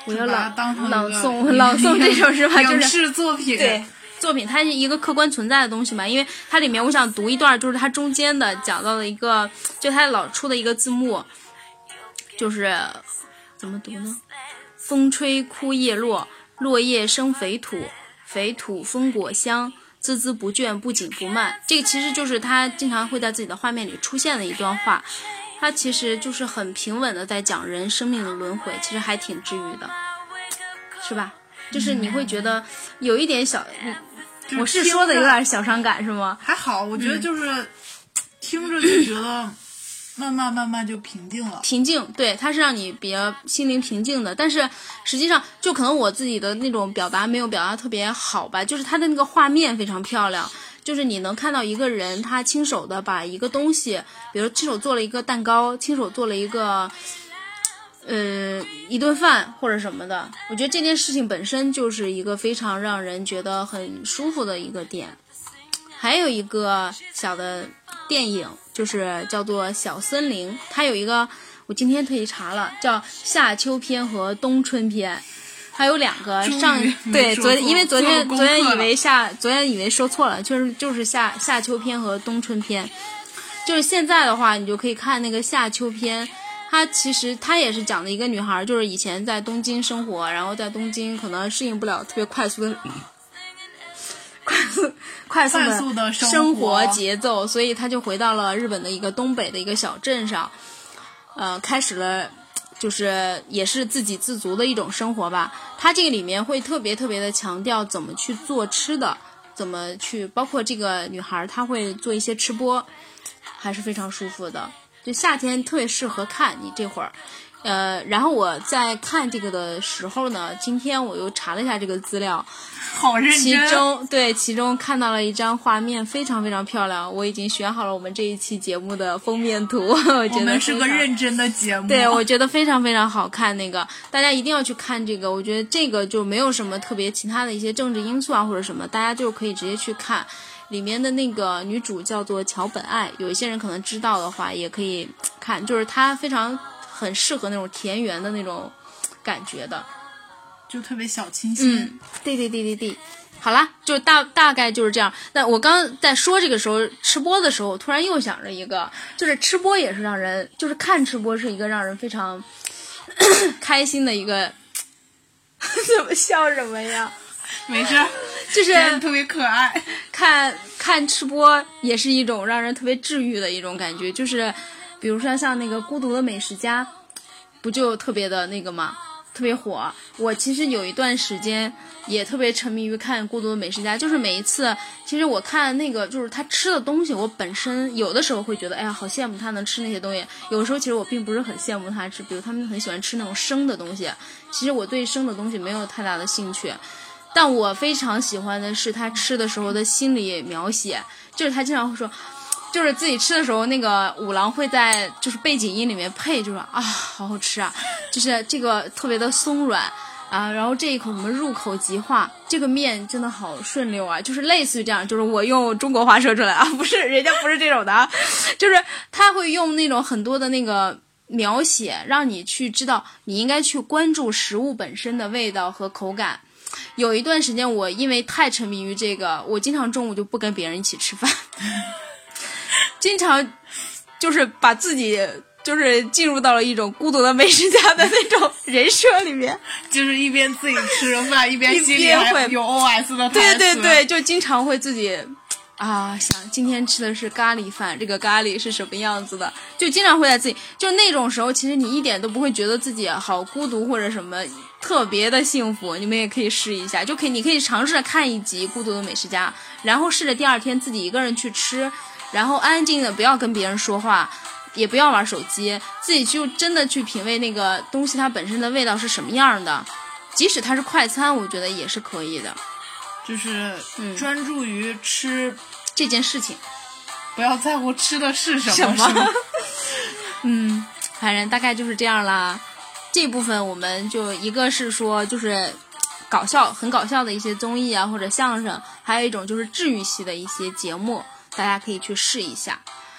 我要朗当成朗诵朗诵这首是吧？就是影视作品。 对。作品它是一个客观存在的东西嘛，因为它里面我想读一段，就是它中间的讲到的一个，就它老出的一个字幕，就是怎么读呢？风吹枯叶落，落叶生肥土，肥土丰果香，孜孜不倦，不紧不慢。这个其实就是他经常会在自己的画面里出现的一段话，它其实就是很平稳的在讲人生命的轮回，其实还挺治愈的，是吧？就是你会觉得有一点小，嗯、我是说的有点小伤感是吗？ 还好，我觉得就是、嗯、听着就觉得慢慢慢慢就平静了。 平静，对，它是让你比较心灵平静的。但是实际上，就可能我自己的那种表达没有表达特别好吧，就是它的那个画面非常漂亮。就是你能看到一个人，他亲手的把一个东西，比如亲手做了一个蛋糕，亲手做了一个。呃，一顿饭或者什么的，我觉得这件事情本身就是一个非常让人觉得很舒服的一个点。还有一个小的电影，就是叫做《小森林》，它有一个我今天特意查了，叫夏秋篇和冬春篇，还有两个上对昨因为昨天昨天以为夏昨天以为说错了，就是就是夏夏秋篇和冬春篇。就是现在的话，你就可以看那个夏秋篇。他其实他也是讲的一个女孩，就是以前在东京生活，然后在东京可能适应不了特别快速的、快速快速的生活节奏，所以他就回到了日本的一个东北的一个小镇上，呃，开始了就是也是自给自足的一种生活吧。他这个里面会特别特别的强调怎么去做吃的，怎么去，包括这个女孩她会做一些吃播，还是非常舒服的。就夏天特别适合看你这会儿，呃，然后我在看这个的时候呢，今天我又查了一下这个资料， 好认真。 其中对，其中看到了一张画面，非常非常漂亮。我已经选好了我们这一期节目的封面图，我觉得我们是个认真的节目。 对，我觉得非常非常好看。那个大家一定要去看这个，我觉得这个就没有什么特别其他的一些政治因素啊或者什么，大家就可以直接去看。里面的那个女主叫做桥本爱，有一些人可能知道的话也可以看，就是她非常很适合那种田园的那种感觉的， 就特别小清新。 嗯，对对对对对。好啦，就大大概就是这样。那我刚刚在说这个时候吃播的时候，我突然又想着一个，就是吃播也是让人，就是看吃播是一个让人非常开心的一个。怎么笑什么呀？ 没事， 就是特别可爱。 看看吃播也是一种让人特别治愈的一种感觉，就是比如说像那个孤独的美食家，不就特别的那个吗？特别火。我其实有一段时间也特别沉迷于看孤独的美食家，就是每一次其实我看那个就是他吃的东西，我本身有的时候会觉得哎呀好羡慕他能吃那些东西，有时候其实我并不是很羡慕他吃，比如他们很喜欢吃那种生的东西，其实我对生的东西没有太大的兴趣，但我非常喜欢的是他吃的时候的心理描写，就是他经常会说，就是自己吃的时候，那个五郎会在就是背景音里面配，就说啊好好吃啊，就是这个特别的松软啊，然后这一口什么入口即化，这个面真的好顺溜啊，就是类似于这样，就是我用中国话说出来啊，不是人家不是这种的啊，就是他会用那种很多的那个描写，让你去知道你应该去关注食物本身的味道和口感。有一段时间我因为太沉迷于这个，我经常中午就不跟别人一起吃饭经常就是把自己就是进入到了一种孤独的美食家的那种人设里面， 就是一边自己吃着饭一边心里还有 O S 的台词。 对对对，就经常会自己啊想今天吃的是咖喱饭，这个咖喱是什么样子的，就经常会在自己就那种时候，其实你一点都不会觉得自己好孤独或者什么特别的幸福。你们也可以试一下，就可以你可以尝试着看一集孤独的美食家，然后试着第二天自己一个人去吃，然后安安静静的不要跟别人说话，也不要玩手机，自己就真的去品味那个东西它本身的味道是什么样的，即使它是快餐我觉得也是可以的， 就是专注于吃、嗯、 这件事情， 不要在乎吃的是什么什么嗯，反正大概就是这样啦。这部分我们就一个是说就是搞笑很搞笑的一些综艺啊或者相声，还有一种就是治愈系的一些节目，大家可以去试一下。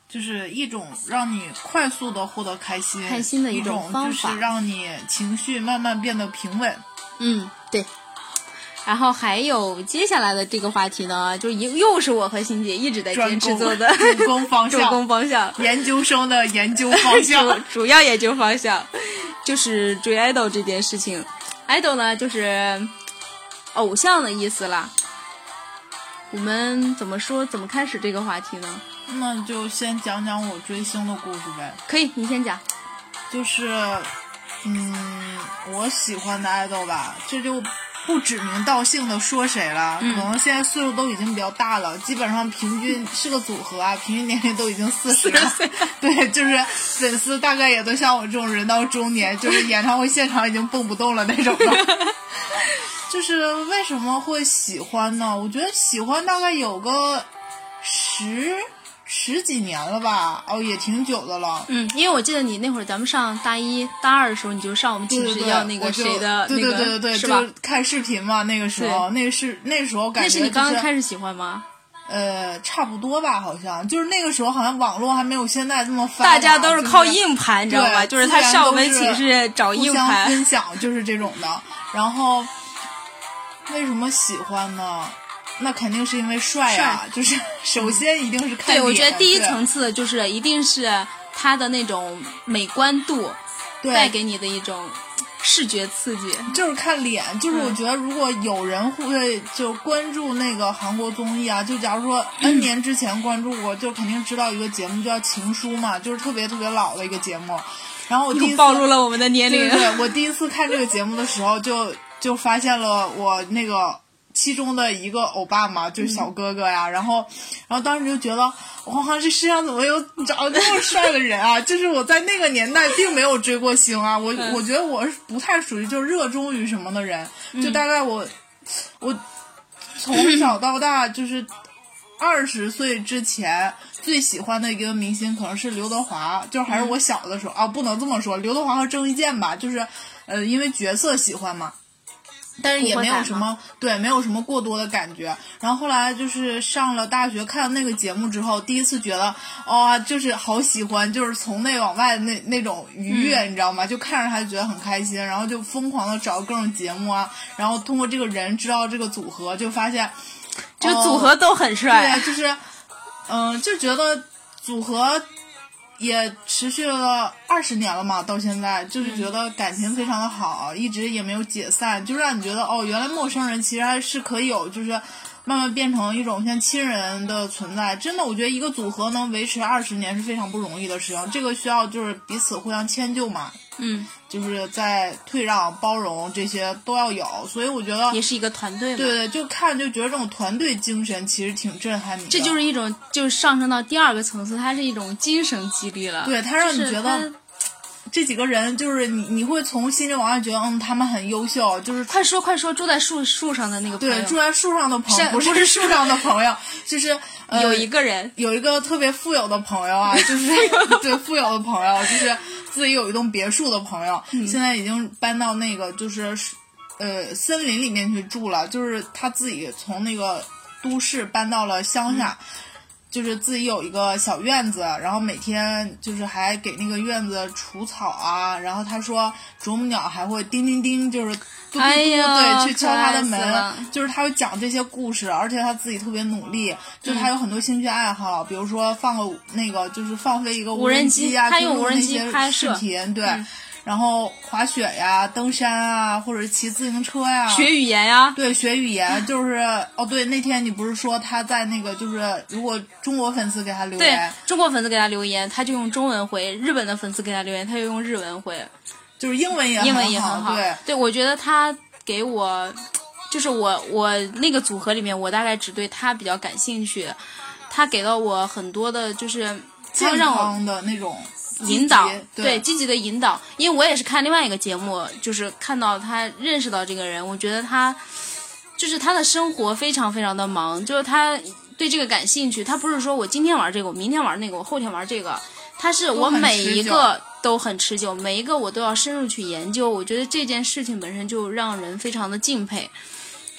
就是一种让你快速的获得开心， 开心的一种方法， 就是让你情绪慢慢变得平稳。 嗯，对。然后还有接下来的这个话题呢，就又是我和欣姐一直在坚持做的主攻方向， 主攻方向， 研究生的研究方向， 主, 主要研究方向就是追 idol 这件事情。idol 呢，就是偶像的意思啦。我们怎么说？怎么开始这个话题呢？ 那就先讲讲我追星的故事呗。 可以，你先讲。 就是，嗯，我喜欢的 idol 吧，这就不指名道姓的说谁了， 嗯、 可能现在岁数都已经比较大了，基本上平均是个组合啊，平均年龄都已经四十了。对，就是粉丝大概也都像我这种人到中年，就是演唱会现场已经蹦不动了那种的。就是为什么会喜欢呢？我觉得喜欢大概有个十十几年了吧，哦，也挺久的了。 嗯，因为我记得你那会儿咱们上大一大二的时候，你就上我们寝室要那个谁的对对对对对， 是吧？ 就看视频嘛，那个时候，那个是那时候感觉、就是、 那是你刚刚开始喜欢吗？ 呃，差不多吧，好像就是那个时候，好像网络还没有现在这么发达， 大家都是靠硬盘， 就是、 你知道吧？就是他上我们寝室找硬盘互相分享，就是这种的。然后为什么喜欢呢？那肯定是因为帅啊，就是首先一定是看脸。 对，我觉得第一层次就是一定是他的那种美观度带给你的一种视觉刺激， 就是看脸。就是我觉得如果有人会就关注那个韩国综艺啊，就假如说 N 年之前关注过，就肯定知道一个节目叫《情书》嘛，就是特别特别老的一个节目。然后我第一次暴露了我们的年龄。 对对，我第一次看这个节目的时候，就就发现了我那个其中的一个欧巴嘛，就是小哥哥呀。嗯、然后，然后当时就觉得，哇，这世上怎么有长得这么帅的人啊？就是我在那个年代并没有追过星啊，我、嗯、我觉得我是不太属于就是热衷于什么的人，就大概我、嗯、我从小到大就是二十岁之前。最喜欢的一个明星可能是刘德华，就还是我小的时候、嗯、啊，不能这么说，刘德华和郑伊健吧，就是呃，因为角色喜欢嘛，但是也没有什么对，没有什么过多的感觉。然后后来就是上了大学，看那个节目之后，第一次觉得哇、哦，就是好喜欢，就是从内往外那那种愉悦、嗯，你知道吗？就看着他就觉得很开心，然后就疯狂的找各种节目啊，然后通过这个人知道这个组合，就发现这个组合都很帅， 哦、对，就是。嗯，就觉得组合也持续了二十年了嘛，到现在就是觉得感情非常的好，一直也没有解散，就让你觉得哦，原来陌生人其实还是可以有，就是慢慢变成一种像亲人的存在。真的，我觉得一个组合能维持二十年是非常不容易的事情，这个需要就是彼此互相迁就嘛。 嗯， 就是在退让、包容这些都要有，所以我觉得也是一个团队嘛。 对对，就看就觉得这种团队精神其实挺震撼你的。 这就是一种，就是上升到第二个层次，它是一种精神激励了。 对，它让你觉得、就是、这几个人就是你，你会从心里往外觉得，嗯，他们很优秀。就是快说快说，住在树树上的那个朋友， 对，住在树上的朋友，不是树上的朋友，就是呃， 有一个人， 有一个特别富有的朋友啊，就是对富有的朋友，就是。自己有一栋别墅的朋友、嗯、现在已经搬到那个就是呃森林里面去住了，就是他自己从那个都市搬到了乡下、嗯、就是自己有一个小院子，然后每天就是还给那个院子除草啊，然后他说啄木鸟还会叮叮叮就是嘟嘟嘟、哎、对，去敲他的门，就是他会讲这些故事，而且他自己特别努力，就是他有很多兴趣爱好、嗯、比如说放个那个就是放飞一个无人机啊， 他用无人机拍摄视频，对、嗯，然后滑雪呀、登山啊，或者骑自行车呀， 学语言呀， 对，学语言就是哦，对，那天你不是说他在那个就是如果中国粉丝给他留言， 对，中国粉丝给他留言，他就用中文回；日本的粉丝给他留言，他就用日文回。 就是英文也很好， 英文也很好， 对对，我觉得他给我，就是我我那个组合里面，我大概只对他比较感兴趣，他给到我很多的，就是健康的那种引导， 对， 对积极的引导。因为我也是看另外一个节目，就是看到他认识到这个人，我觉得他就是他的生活非常非常的忙，就是他对这个感兴趣，他不是说我今天玩这个，我明天玩那个，我后天玩这个，他是我每一个。都很持久，每一个我都要深入去研究，我觉得这件事情本身就让人非常的敬佩。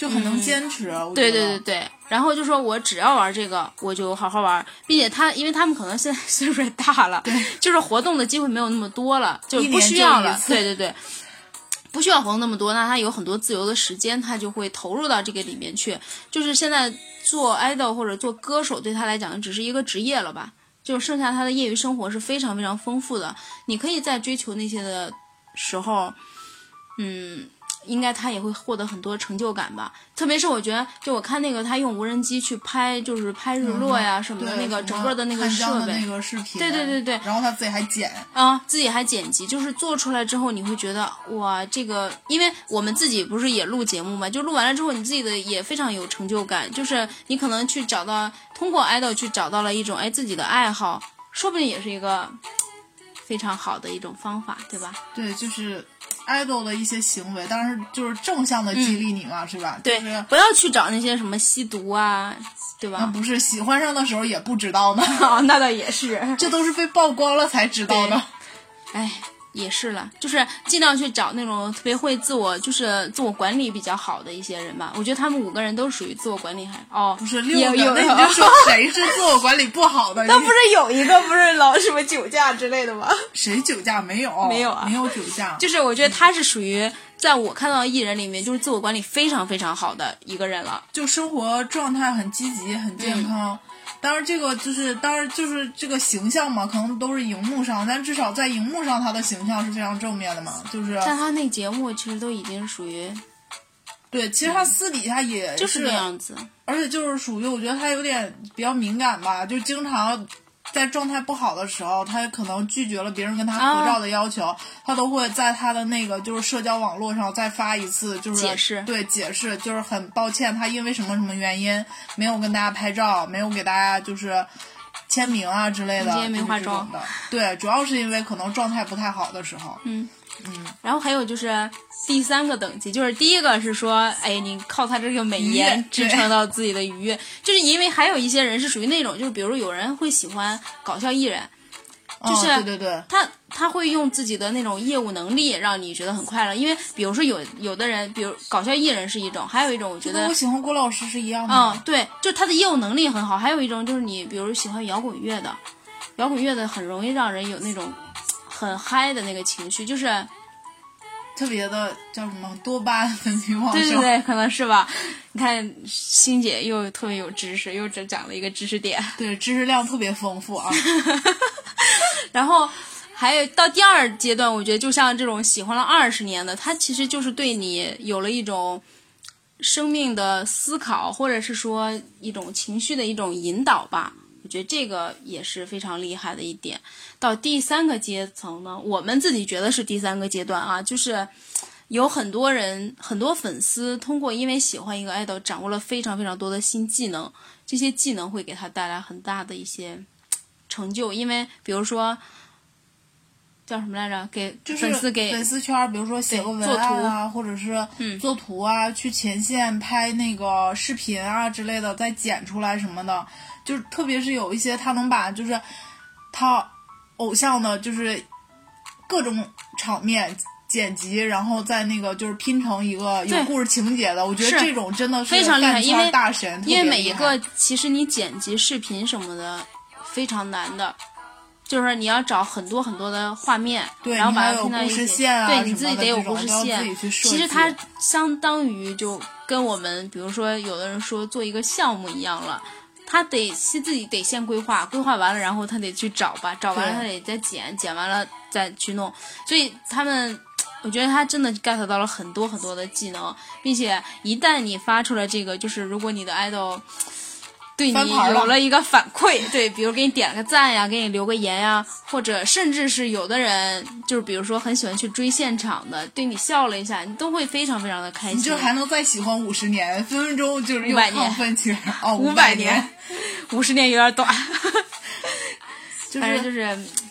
就很能坚持。嗯、我对对对对，然后就说我只要玩这个，我就好好玩，并且他因为他们可能现在岁数也大了， 对， 就是活动的机会没有那么多了，就不需要了。对对对。不需要活动那么多，那他有很多自由的时间，他就会投入到这个里面去。就是现在做 idol 或者做歌手，对他来讲只是一个职业了吧？就剩下他的业余生活是非常非常丰富的。你可以在追求那些的时候，嗯，应该他也会获得很多成就感吧。特别是我觉得，就我看那个他用无人机去拍，就是拍日落呀、 嗯、 什么的，那个整个的那个设备， 那个视频， 对对对对， 然后他自己还剪啊，自己还剪辑，就是做出来之后，你会觉得哇，这个，因为我们自己不是也录节目嘛，就录完了之后，你自己的也非常有成就感，就是你可能去找到，通过 idol 去找到了一种哎自己的爱好，说不定也是一个非常好的一种方法，对吧？ 对，就是。idol 的一些行为，当然就是正向的激励你嘛， 嗯、 是吧？ 对、 就是， 不要去找那些什么吸毒啊，对吧？ 那不是喜欢上的时候也不知道呢。 哦，那倒也是， 这都是被曝光了才知道的。 哎，也是了，就是尽量去找那种特别会自我，就是自我管理比较好的一些人吧。我觉得他们五个人都属于自我管理还哦， 不是六个， 有那你就说谁是自我管理不好的？ 那不是有一个不是老什么酒驾之类的吗？ 谁酒驾没有？ 没有啊， 没有酒驾。 就是我觉得他是属于在我看到的艺人里面，就是自我管理非常非常好的一个人了， 就生活状态很积极、很健康。嗯当然，这个就是，当然就是这个形象嘛，可能都是荧幕上，但至少在荧幕上，他的形象是非常正面的嘛。就是， 但他那节目其实都已经属于， 对，其实他私底下也是、嗯、就是这样子， 而且就是属于，我觉得他有点比较敏感吧，就经常在状态不好的时候，他可能拒绝了别人跟他合照的要求，啊、他都会在他的那个就是社交网络上再发一次，就是解释， 对解释，就是很抱歉，他因为什么什么原因没有跟大家拍照，没有给大家就是签名啊之类的， 今天没化妆的，对，主要是因为可能状态不太好的时候， 嗯嗯， 然后还有就是第三个等级，就是第一个是说，哎，你靠他这个美颜支撑到自己的愉悦，就是因为还有一些人是属于那种，就是比如有人会喜欢搞笑艺人，就是、 哦、对对对， 他他会用自己的那种业务能力让你觉得很快乐，因为比如说有有的人，比如搞笑艺人是一种，还有一种我觉得我喜欢郭老师是一样的， 嗯，对，就他的业务能力很好，还有一种就是你比如喜欢摇滚乐的，摇滚乐的很容易让人有那种很嗨的那个情绪，就是。 特别的叫什么多巴胺分泌旺盛， 对对对，可能是吧。你看欣姐又特别有知识，又只讲了一个知识点， 对，知识量特别丰富啊。 然后还有到第二阶段，我觉得就像这种喜欢了二十年的，他其实就是对你有了一种生命的思考，或者是说一种情绪的一种引导吧。我觉得这个也是非常厉害的一点。到第三个阶层呢，我们自己觉得是第三个阶段啊，就是有很多人很多粉丝通过因为喜欢一个 idol 掌握了非常非常多的新技能，这些技能会给他带来很大的一些成就，因为比如说叫什么来着，给粉丝给、 就是、粉丝圈，比如说写个文案啊，或者是做图啊、嗯、去前线拍那个视频啊之类的，再剪出来什么的，就是特别是有一些他能把就是他偶像的就是各种场面剪辑，然后再那个就是拼成一个有故事情节的，我觉得这种真的是非常厉害，因为大神， 因为每一个其实你剪辑视频什么的非常难的，就是你要找很多很多的画面， 对， 然后把它拼到一起， 啊、 对，你自己得有故事线。 其实它相当于就跟我们比如说有的人说做一个项目一样了。他得自己得先规划，规划完了，然后他得去找吧，找完了他得再剪，剪完了再去弄。所以他们，我觉得他真的 get 到了很多很多的技能，并且一旦你发出了这个，就是如果你的 idol 对你有了一个反馈，对，比如给你点了个赞呀，给你留个言呀，或者甚至是有的人就是比如说很喜欢去追现场的，对你笑了一下，你都会非常非常的开心。 你就还能再喜欢五十年，分分钟就是又亢奋起来。哦， 五百年，五十年有点短。 就是、 反正就是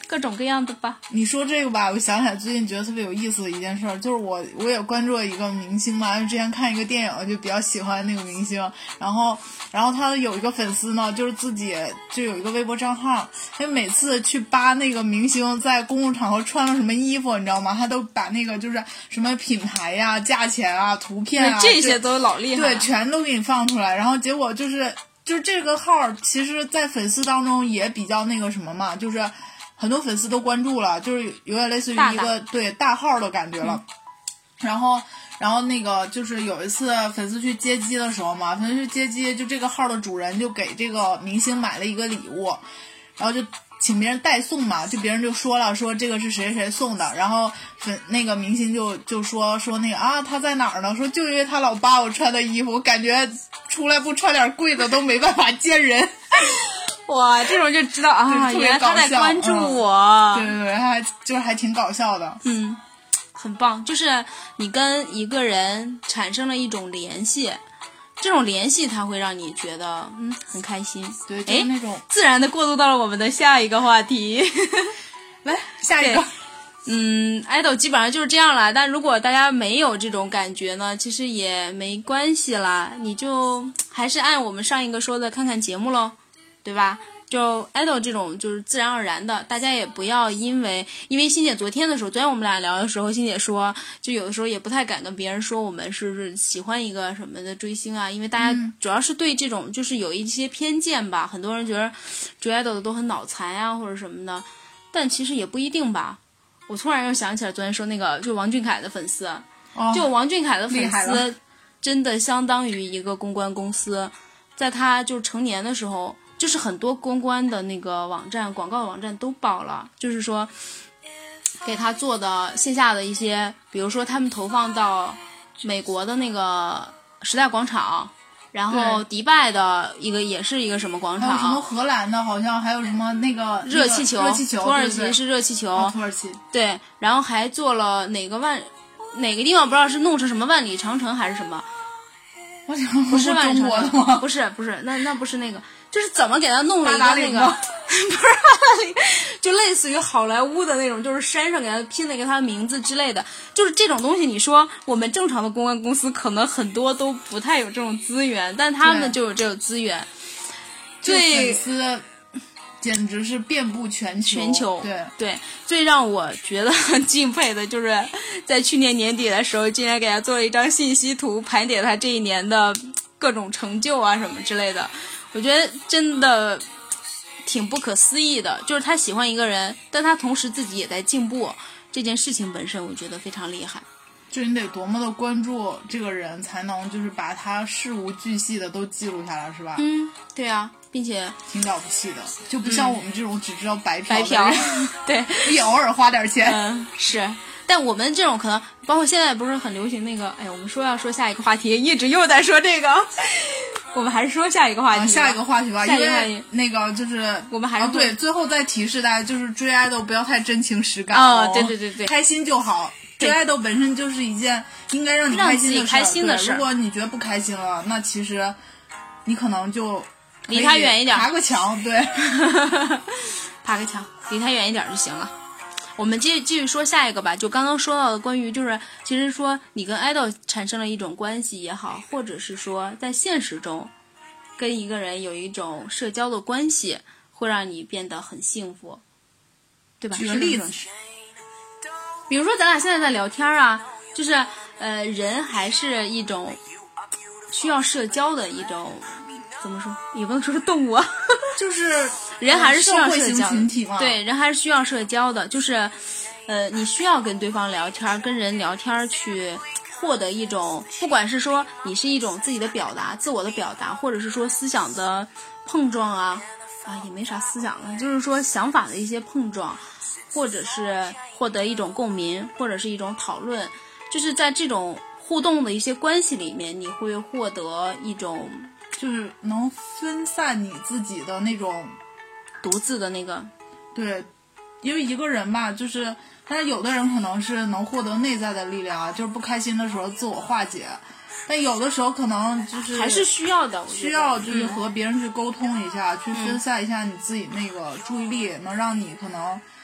各种各样的吧。 你说这个吧，我想起来最近觉得特别有意思的一件事，就是我我也关注了一个明星嘛，因为之前看一个电影就比较喜欢那个明星，然后然后他有一个粉丝呢，就是自己就有一个微博账号，他每次去扒那个明星在公共场合穿了什么衣服，你知道吗？他都把那个就是什么品牌呀、价钱啊、图片啊， 这些都老厉害， 对，全都给你放出来，然后结果就是就是这个号，其实在粉丝当中也比较那个什么嘛，就是很多粉丝都关注了，就是有点类似于一个大大对大号的感觉了。嗯、然后，然后那个就是有一次粉丝去接机的时候嘛，粉丝去接机，就这个号的主人就给这个明星买了一个礼物，然后就请别人代送嘛，就别人就说了，说这个是谁谁送的，然后粉那个明星就就说说那个啊他在哪儿呢？说就因为他老扒我穿的衣服，我感觉出来不穿点贵的都没办法见人。 哇，这种就知道啊，原来他在关注我。 嗯、对对对，还就是还挺搞笑的。 嗯，很棒，就是你跟一个人产生了一种联系。这种联系它会让你觉得嗯很开心， 对，就是那种自然的过渡到了我们的下一个话题。 来下一个， 嗯，爱豆基本上就是这样了。但如果大家没有这种感觉呢，其实也没关系啦，你就还是按我们上一个说的看看节目咯，对吧？就 idol 这种就是自然而然的，大家也不要因为因为欣姐昨天的时候，昨天我们俩聊的时候，欣姐说就有的时候也不太敢跟别人说我们是是喜欢一个什么的追星啊，因为大家主要是对这种就是有一些偏见吧，很多人觉得追 idol 的都很脑残啊或者什么的，但其实也不一定吧。我突然又想起来昨天说那个就王俊凯的粉丝， 哦、 就王俊凯的粉丝真的相当于一个公关公司，在他就成年的时候。就是很多公关的那个网站广告网站都报了，就是说给他做的线下的一些，比如说他们投放到美国的那个时代广场，然后迪拜的一个也是一个什么广场， 还有什么荷兰的好像还有什么那个热气球， 热气球， 土耳其是热气球， 哦、土耳其对，然后还做了哪个万哪个地方不知道是弄成什么万里长城还是什么， 我想不是中国的吗？ 不是不是，那那不是那个。就是怎么给他弄了一个那个，不是，就类似于好莱坞的那种，就是山上给他拼了一个他的名字之类的，就是这种东西。你说我们正常的公关公司可能很多都不太有这种资源，但他们就有这种资源。 对，粉丝简直是遍布全球。 全球， 对对，最让我觉得很敬佩的就是在去年年底的时候，竟然给他做了一张信息图，盘点他这一年的各种成就啊什么之类的。我觉得真的挺不可思议的，就是他喜欢一个人，但他同时自己也在进步，这件事情本身我觉得非常厉害。 就你得多么的关注这个人，才能就是把他事无巨细的都记录下来，是吧？ 嗯，对啊，并且挺了不起的，就不像我们这种只知道白嫖的人、白嫖对， 也偶尔花点钱。 嗯，是。但我们这种可能，包括现在不是很流行那个，哎呀，我们说要说下一个话题，一直又在说这个。我们还是说下一个话题、 啊，下一个话题吧， 因为那个就是我们还是、 啊、对，最后再提示大家，就是追爱豆不要太真情实感哦，对对对对， 开心就好。追爱豆本身就是一件应该让你开心的事， 开心的事。 如果你觉得不开心了，那其实你可能就离他远一点， 爬个墙，对， 爬个墙，离他远一点就行了。我们继续继续说下一个吧，就刚刚说到的关于就是其实说你跟爱豆产生了一种关系也好，或者是说在现实中跟一个人有一种社交的关系，会让你变得很幸福，对吧？ 举个例子， 比如说咱俩现在在聊天啊，就是呃人还是一种需要社交的一种，怎么说也不能说是动物啊， 就是人还是需要社交群体嘛， 对，人还是需要社交的，就是呃你需要跟对方聊天，跟人聊天去获得一种，不管是说你是一种自己的表达，自我的表达，或者是说思想的碰撞啊啊也没啥思想了，就是说想法的一些碰撞，或者是获得一种共鸣，或者是一种讨论，就是在这种互动的一些关系里面，你会获得一种就是能分散你自己的那种独自的那个， 对，因为一个人吧，就是但是有的人可能是能获得内在的力量，就是不开心的时候自我化解，但有的时候可能就是还是需要的， 需要就是和别人去沟通一下、嗯、去分散一下你自己那个注意力、嗯、能让你可能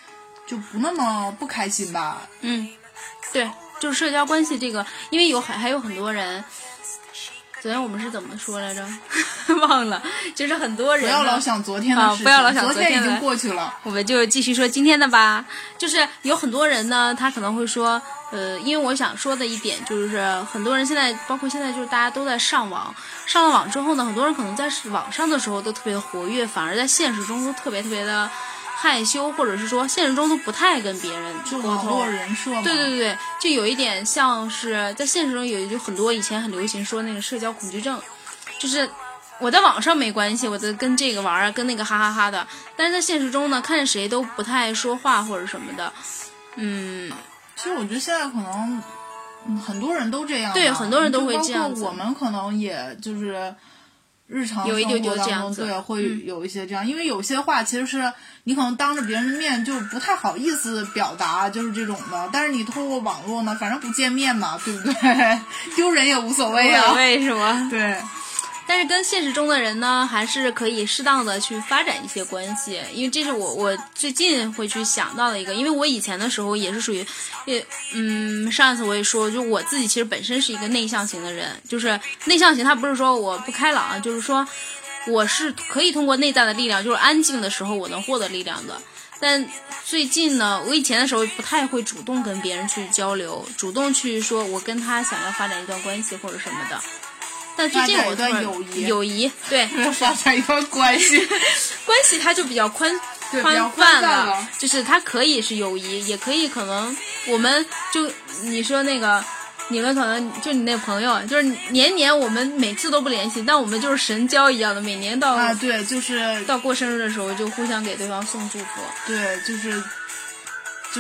就不那么不开心吧。 嗯，对，就是社交关系这个，因为有还还有很多人。昨天我们是怎么说来着？忘了，就是很多人不要老想昨天的事情、啊、 不要老想昨天已经过去了。 我们就继续说今天的吧。就是有很多人呢，他可能会说，呃，因为我想说的一点就是，很多人现在，包括现在，就是大家都在上网，上了网之后呢，很多人可能在网上的时候都特别的活跃，反而在现实中都特别特别的害羞，或者是说现实中都不太跟别人就网络人设嘛。 对对对对，就有一点像是在现实中有就很多以前很流行说那个社交恐惧症，就是我在网上没关系，我在跟这个玩啊，跟那个哈哈哈的，但是在现实中呢，看着谁都不太爱说话或者什么的。嗯， 其实我觉得现在可能、嗯、很多人都这样， 对，很多人都会这样子。 我们可能也就是日常生活当中有一丢丢这样子， 对，会有一些这样、嗯，因为有些话其实是你可能当着别人的面就不太好意思表达，就是这种的。但是你透过网络呢，反正不见面嘛，对不对？丢人也无所谓啊， 无所谓是吗？ 对。 但是跟现实中的人呢，还是可以适当的去发展一些关系，因为这是我我最近会去想到的一个，因为我以前的时候也是属于，也嗯，上一次我也说，就我自己其实本身是一个内向型的人，就是内向型，他不是说我不开朗，就是说我是可以通过内在的力量，就是安静的时候我能获得力量的。但最近呢，我以前的时候不太会主动跟别人去交流，主动去说我跟他想要发展一段关系或者什么的。但最近我突然友谊， 友谊对发展一段关系， 关系它就比较宽宽泛了，就是它可以是友谊，也可以可能我们就你说那个，你们可能就你那朋友，就是年年我们每次都不联系，但我们就是神交一样的，每年到啊对，就是到过生日的时候就互相给对方送祝福， 对，就是就是。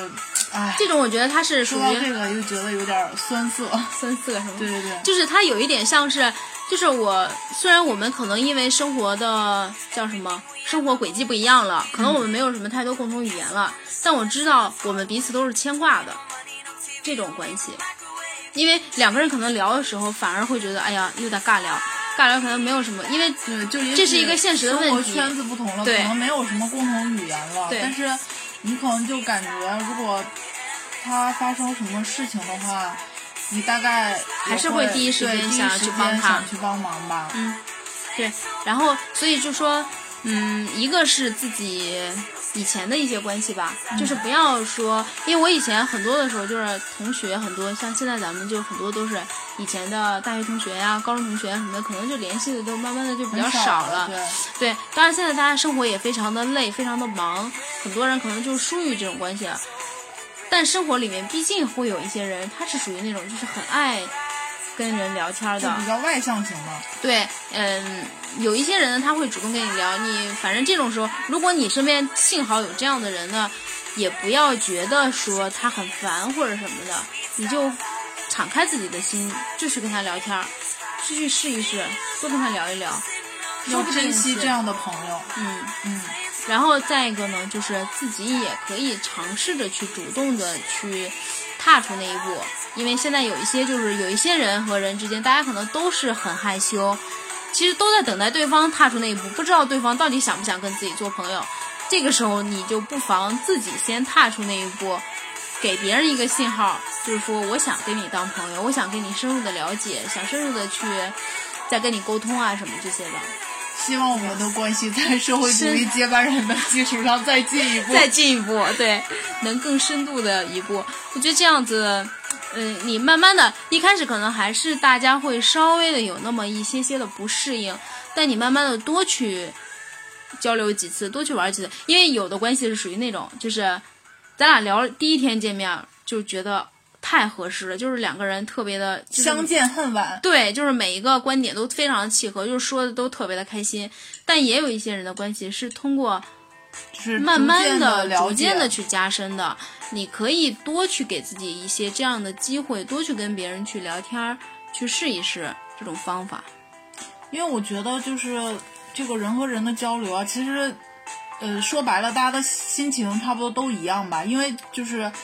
哎， 这种我觉得它是属于说到这个又觉得有点酸涩， 酸涩是吗？ 对对对， 就是它有一点像是，就是我虽然我们可能因为生活的叫什么生活轨迹不一样了，可能我们没有什么太多共同语言了，嗯、但我知道我们彼此都是牵挂的这种关系，因为两个人可能聊的时候反而会觉得哎呀有点尬聊。尬聊可能没有什么，因为对，就这是一个现实的问题， 生活圈子不同了，可能没有什么共同语言了。 对， 但是你可能就感觉，如果他发生什么事情的话，你大概还是会第一时间想要去帮他， 想去帮忙吧。 嗯，对。然后，所以就说，嗯，一个是自己以前的一些关系吧， 嗯、 就是不要说，因为我以前很多的时候就是同学很多，像现在咱们就很多都是以前的大学同学呀、高中同学什么的，可能就联系的都慢慢的就比较少了。 对， 对，当然现在大家生活也非常的累，非常的忙，很多人可能就疏于这种关系了。但生活里面毕竟会有一些人，他是属于那种就是很爱跟人聊天的， 就比较外向型的。 对，嗯，有一些人呢，他会主动跟你聊，你反正这种时候，如果你身边幸好有这样的人呢，也不要觉得说他很烦或者什么的，你就敞开自己的心，就去跟他聊天，就去试一试，多跟他聊一聊， 要珍惜这样的朋友。 嗯嗯。 然后再一个呢，就是自己也可以尝试着去主动的去踏出那一步，因为现在有一些就是有一些人和人之间，大家可能都是很害羞，其实都在等待对方踏出那一步，不知道对方到底想不想跟自己做朋友。这个时候你就不妨自己先踏出那一步，给别人一个信号，就是说我想跟你当朋友，我想跟你深入的了解，想深入的去再跟你沟通啊什么这些的。 希望我们的关系在社会主义接班人的基础上再进一步， 再进一步，对，能更深度的一步。我觉得这样子，嗯、呃，你慢慢的，一开始可能还是大家会稍微的有那么一些些的不适应，但你慢慢的多去交流几次，多去玩几次，因为有的关系是属于那种，就是咱俩聊第一天见面就觉得太合适了，就是两个人特别的、就是、 相见恨晚。 对，就是每一个观点都非常契合，就是说的都特别的开心。但也有一些人的关系是通过就是慢慢的、 逐渐的去加深的。你可以多去给自己一些这样的机会，多去跟别人去聊天，去试一试这种方法。 因为我觉得就是这个人和人的交流啊，其实呃说白了，大家的心情差不多都一样吧，因为就是。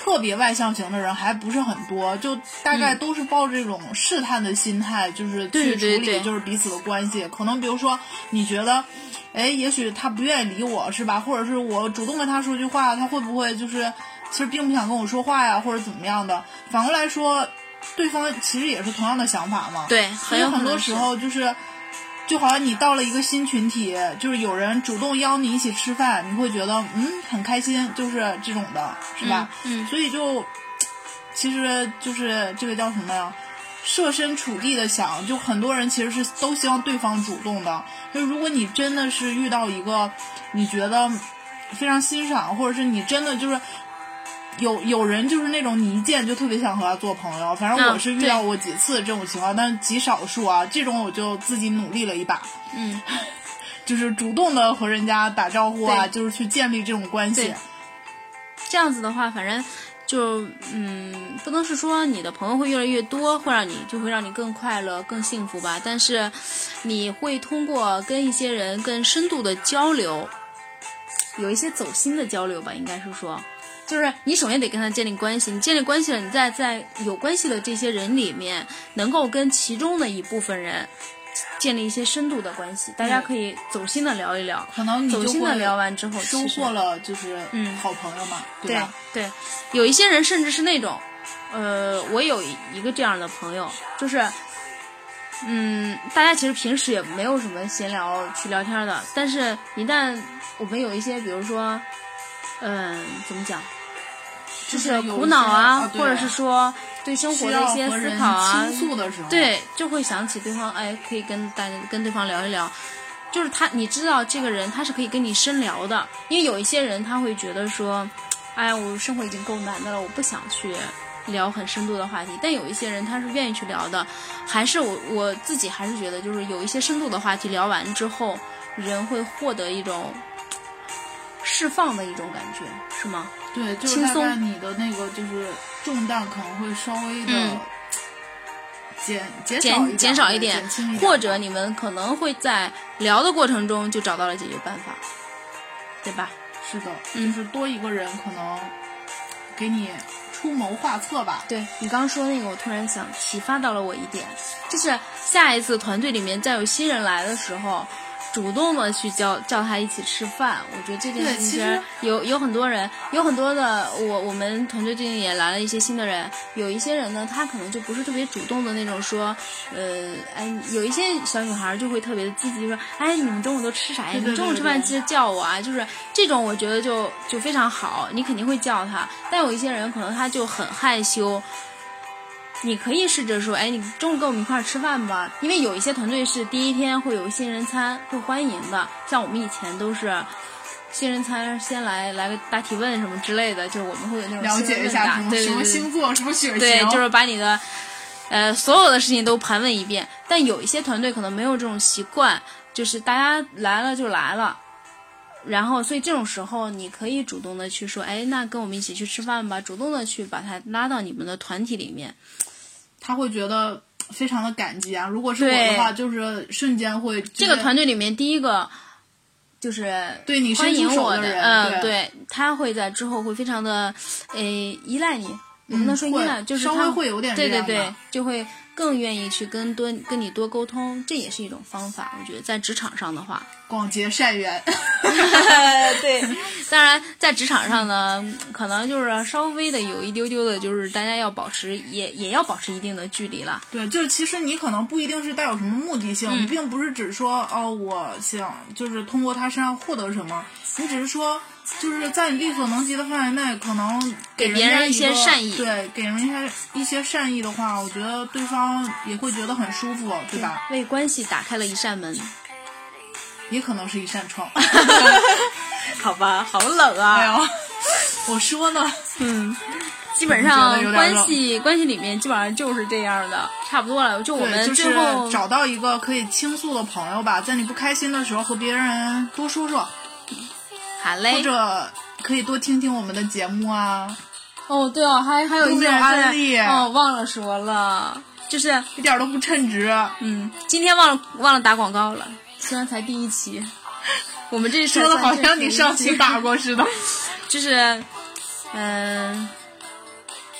特别外向型的人还不是很多，就大概都是抱着这种试探的心态，嗯、就是去处理就是彼此的关系。 对对对， 可能比如说你觉得，哎，也许他不愿意理我是吧？或者是我主动跟他说句话，他会不会就是其实并不想跟我说话呀，或者怎么样的？反过来说，对方其实也是同样的想法嘛。 对， 所以很多时候就是。就好像你到了一个新群体，就是有人主动邀你一起吃饭，你会觉得嗯很开心，就是这种的，是吧？ 嗯，嗯所以就其实就是这个叫什么呀？设身处地的想，就很多人其实是都希望对方主动的。就如果你真的是遇到一个你觉得非常欣赏，或者是你真的就是。有有人就是那种你一见就特别想和他做朋友，反正我是遇到过几次这种情况，嗯、但是极少数啊。这种我就自己努力了一把， 嗯， 就是主动的和人家打招呼啊，就是去建立这种关系。 这样子的话，反正就嗯，不能是说你的朋友会越来越多，会让你就会让你更快乐、更幸福吧。但是你会通过跟一些人更深度的交流，有一些走心的交流吧，应该是说。就是你首先得跟他建立关系，你建立关系了，你在在有关系的这些人里面，能够跟其中的一部分人建立一些深度的关系，大家可以走心的聊一聊， 可能你走心的聊完之后， 收获了就是好朋友嘛， 嗯、 对吧？ 对对，有一些人甚至是那种，呃，我有一个这样的朋友，就是，嗯，大家其实平时也没有什么闲聊去聊天的，但是一旦我们有一些，比如说，嗯，怎么讲？就是苦恼啊， 啊或者是说对生活的一些思考啊， 倾诉的时候， 对，就会想起对方，哎，可以跟大家跟对方聊一聊。就是他，你知道这个人他是可以跟你深聊的，因为有一些人他会觉得说，哎呀，我生活已经够难的了，我不想去聊很深度的话题。但有一些人他是愿意去聊的，还是我我自己还是觉得，就是有一些深度的话题聊完之后，人会获得一种释放的一种感觉，是吗？ 对，就是大概你的那个就是重担可能会稍微的减、嗯、减少一点， 减少一点， 减轻一点， 或者你们可能会在聊的过程中就找到了解决办法，对吧？ 是的，嗯、就是多一个人可能给你出谋划策吧。 对，你刚刚说那个，我突然想启发到了我一点，就是下一次团队里面再有新人来的时候。主动的去叫叫他一起吃饭，我觉得这件事情其实有有很多人，有很多的我我们团队最近也来了一些新的人，有一些人呢，他可能就不是特别主动的那种说，呃，哎，有一些小女孩就会特别的积极说，哎，你们中午都吃啥呀？ 对对对对， 你中午吃饭记得叫我啊，就是这种我觉得就就非常好，你肯定会叫他，但有一些人可能他就很害羞。你可以试着说，哎，你中午跟我们一块儿吃饭吧，因为有一些团队是第一天会有新人餐，会欢迎的。像我们以前都是新人餐，先来来个大提问什么之类的，就是我们会有那种了解一下什么对对对什么星座什么血型， 对，就是把你的呃所有的事情都盘问一遍。但有一些团队可能没有这种习惯，就是大家来了就来了。然后，所以这种时候，你可以主动的去说，哎，那跟我们一起去吃饭吧，主动的去把他拉到你们的团体里面， 他会觉得非常的感激啊。如果是我的话，就是瞬间会这个团队里面第一个就是对你欢迎我的人， 嗯， 对, 对，他会在之后会非常的，呃，依赖你，也不能说依赖， 嗯、 就是稍微会有点对对对，就会更愿意去跟多跟你多沟通，这也是一种方法。我觉得在职场上的话， 广结善缘。 对，当然在职场上呢，可能就是稍微的有一丢丢的，就是大家要保持也也要保持一定的距离了。 对，就是其实你可能不一定是带有什么目的性， 嗯、 你并不是只说哦，我想就是通过他身上获得什么，你只是说。就是在你力所能及的范围内，可能给别人一些善意， 对，给人一些一些善意的话，我觉得对方也会觉得很舒服，对吧？ 为关系打开了一扇门， 也可能是一扇窗。 好吧，好冷啊！ 哎呦，我说呢， 嗯，基本上关系关系里面基本上就是这样的，差不多了。就我们最后、 就是、找到一个可以倾诉的朋友吧，在你不开心的时候和别人多说说。 好嘞， 或者可以多听听我们的节目啊。 哦，对哦，还还有一些案例哦，忘了说了，就是一点都不称职。 嗯，今天忘了忘了打广告了，虽然才第一期，我们这说的好像你上期打过似的。 就是，嗯、呃，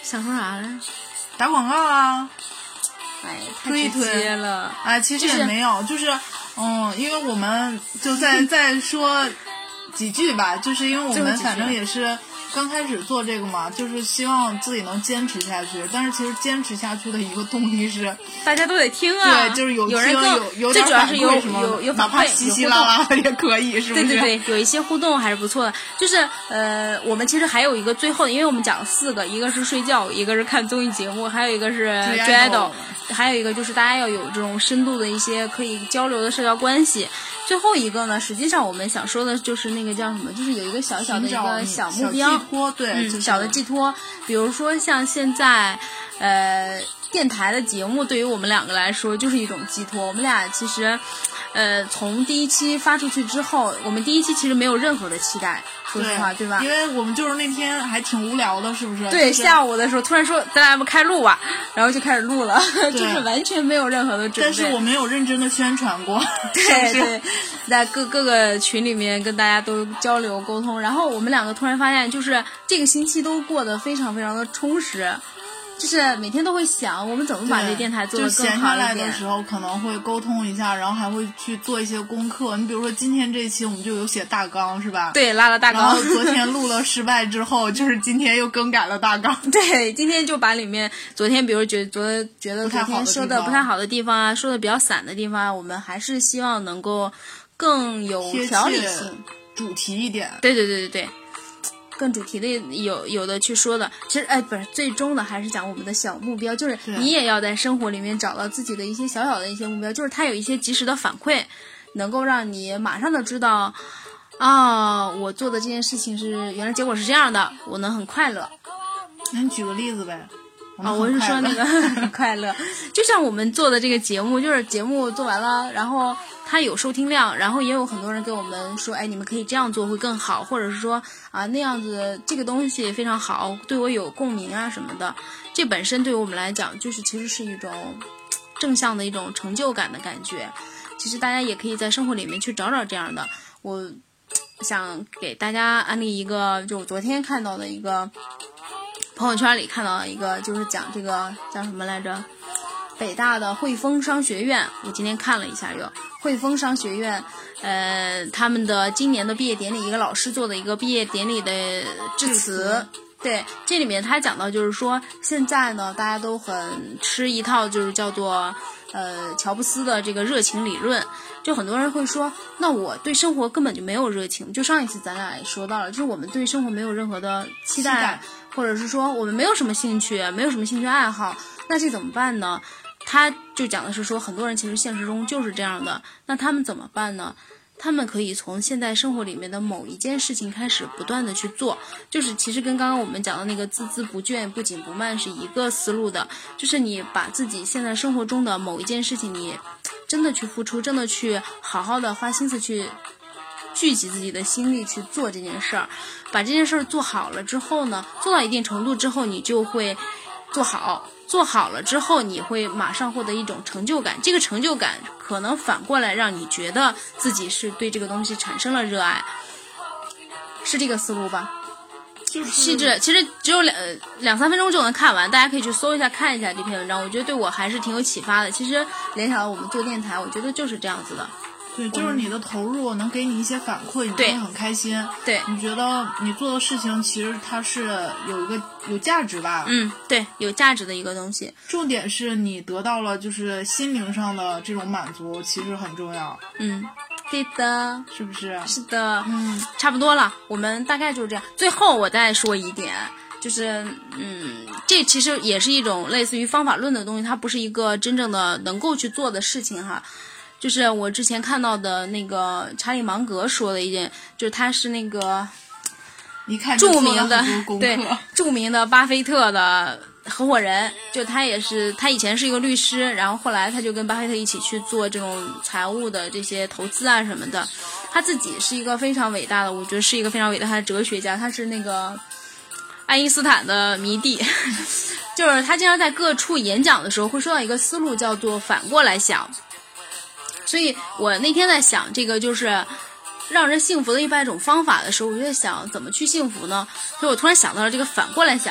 想说啥来？ 打广告啊！ 哎，太直接了。 哎，其实也没有，就是、就是、嗯，因为我们就再再说几句吧，就是因为我们反正也是刚开始做这个嘛，就是希望自己能坚持下去。但是其实坚持下去的一个动力是大家都得听啊， 对，就是有有人有有最主要是有有有哪怕稀稀拉拉的也可以，是不是？ 对对对，有一些互动还是不错的。就是呃，我们其实还有一个最后的，因为我们讲了四个，一个是睡觉，一个是看综艺节目，还有一个是追爱豆，还有一个就是大家要有这种深度的一些可以交流的社交关系。最后一个呢，实际上我们想说的就是那个叫什么，就是有一个小小的一个小目标， 小寄托，对， 嗯， 就是、 小的寄托。比如说像现在，呃，电台的节目对于我们两个来说就是一种寄托。我们俩其实，呃，从第一期发出去之后，我们第一期其实没有任何的期待，说实话， 对, 对吧？ 因为我们就是那天还挺无聊的，是不是？ 对， 就是、 下午的时候突然说咱俩要不开录吧，然后就开始录了，就是完全没有任何的准备。 但是我没有认真的宣传过， 对对，在各各个群里面跟大家都交流沟通，然后我们两个突然发现，就是这个星期都过得非常非常的充实。就是每天都会想我们怎么把这电台做得更好一点。 就闲下来的时候可能会沟通一下，然后还会去做一些功课。你比如说今天这一期我们就有写大纲，是吧？ 对，拉了大纲。 然后昨天录了失败之后，就是今天又更改了大纲。 对，今天就把里面昨天比如觉昨觉得昨天说的不太好的地方啊，说的比较散的地方啊，我们还是希望能够更有条理性、 主题一点。 对对对对对。更主题的有有的去说的，其实哎，不是最终的还是讲我们的小目标，就是你也要在生活里面找到自己的一些小小的一些目标，就是它有一些及时的反馈，能够让你马上的知道啊，我做的这件事情是原来结果是这样的，我能很快乐。 那你举个例子呗。 啊、哦，我是说那个很快乐，就像我们做的这个节目，就是节目做完了，然后它有收听量，然后也有很多人跟我们说，哎，你们可以这样做会更好，或者是说啊那样子这个东西非常好，对我有共鸣啊什么的。这本身对于我们来讲，就是其实是一种正向的一种成就感的感觉。其实大家也可以在生活里面去找找这样的。我想给大家安利一个，就昨天看到的一个。朋友圈里看到一个，就是讲这个叫什么来着？北大的汇丰商学院，我今天看了一下又，汇丰商学院，呃，他们的今年的毕业典礼，一个老师做的一个毕业典礼的致辞。对，这里面他讲到就是说，现在呢，大家都很吃一套就是叫做呃乔布斯的这个热情理论。就很多人会说，那我对生活根本就没有热情。就上一次咱俩也说到了，就是我们对生活没有任何的期待，期待或者是说我们没有什么兴趣，没有什么兴趣爱好，那这怎么办呢？他就讲的是说，很多人其实现实中就是这样的，那他们怎么办呢？他们可以从现在生活里面的某一件事情开始不断的去做，就是其实跟刚刚我们讲的那个孜孜不倦不紧不慢是一个思路的，就是你把自己现在生活中的某一件事情你真的去付出，真的去好好的花心思去聚集自己的心力去做这件事儿，把这件事儿做好了之后呢，做到一定程度之后你就会做好，做好了之后你会马上获得一种成就感，这个成就感可能反过来让你觉得自己是对这个东西产生了热爱，是这个思路吧？ 就是细致，其实只有两两三分钟就能看完，大家可以去搜一下看一下这篇文章，我觉得对我还是挺有启发的。其实联想到我们做电台，我觉得就是这样子的。 对，就是你的投入能给你一些反馈，你就会很开心。 对， 你觉得你做的事情其实它是有一个有价值吧？ 嗯，对，有价值的一个东西。 重点是你得到了就是心灵上的这种满足，其实很重要。 嗯，对的， 是不是？ 是的， 嗯， 差不多了，我们大概就是这样。最后我再说一点。就是嗯，这其实也是一种类似于方法论的东西，它不是一个真正的能够去做的事情哈。就是我之前看到的那个查理芒格说的一件，就是他是那个著名的对著名的巴菲特的合伙人，就他也是他以前是一个律师，然后后来他就跟巴菲特一起去做这种财务的这些投资啊什么的。他自己是一个非常伟大的，我觉得是一个非常伟大的哲学家，他是那个爱因斯坦的迷弟。就是他经常在各处演讲的时候会说到一个思路，叫做反过来想。所以我那天在想这个就是让人幸福的一百种方法的时候，我就在想怎么去幸福呢？所以我突然想到了这个反过来想。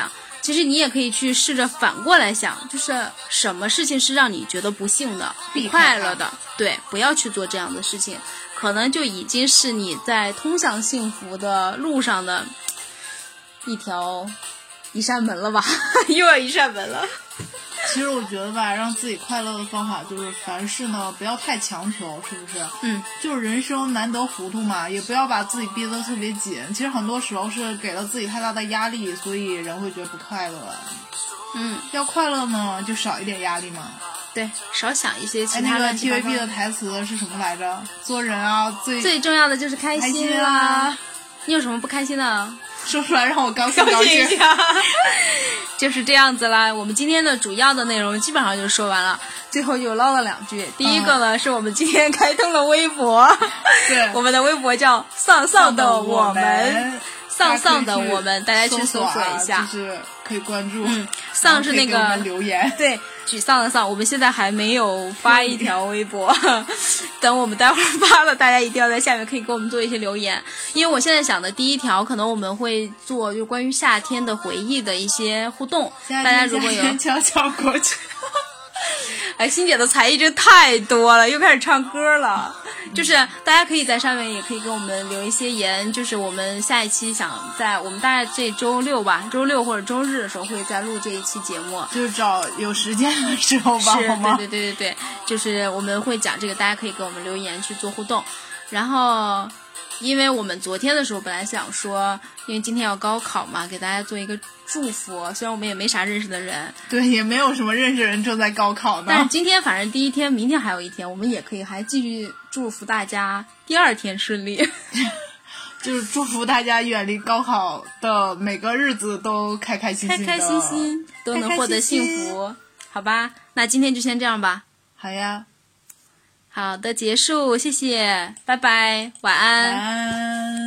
其实你也可以去试着反过来想，就是什么事情是让你觉得不幸的、不快乐的，对，不要去做这样的事情，可能就已经是你在通向幸福的路上的一条一扇门了吧，又要一扇门了。 其实我觉得吧，让自己快乐的方法就是凡事呢不要太强求，是不是？ 嗯， 就是人生难得糊涂嘛，也不要把自己逼得特别紧。其实很多时候是给了自己太大的压力，所以人会觉得不快乐。 嗯， 要快乐呢，就少一点压力嘛。 对，少想一些其哎，那个他的。 T V B 的台词是什么来着？做人啊，最最重要的就是开开心心啊！ 你有什么不开心的？ 说出来让我高兴高兴一下，就是这样子啦。我们今天的主要的内容基本上就说完了，最后就唠了两句。第一个呢，嗯、是我们今天开通了微博， 对， 我们的微博叫丧丧的我们，丧丧的我们，大家去搜索一下， 啊、就是可以关注。 嗯，丧是那个留言， 对。沮丧的丧，我们现在还没有发一条微博，等我们待会儿发了，大家一定要在下面可以给我们做一些留言，因为我现在想的第一条，可能我们会做就关于夏天的回忆的一些互动，大家如果有悄悄过去。 哎，欣姐的才艺真太多了，又开始唱歌了。就是大家可以在上面也可以给我们留一些言，就是我们下一期想在我们大概这周六吧，周六或者周日的时候会再录这一期节目， 就是找有时间的时候吧， 是， 好吗？ 对对对对对，就是我们会讲这个，大家可以给我们留言去做互动。然后，因为我们昨天的时候本来想说，因为今天要高考嘛，给大家做一个祝福，虽然我们也没啥认识的人， 对，也没有什么认识人正在高考呢。 但是今天反正第一天，明天还有一天，我们也可以还继续祝福大家第二天顺利， 就是祝福大家远离高考的每个日子都开开心心的， 开开心心都能获得幸福，开开心心好吧？那今天就先这样吧。 好呀， 好的，结束，谢谢，拜拜，晚安。 晚安。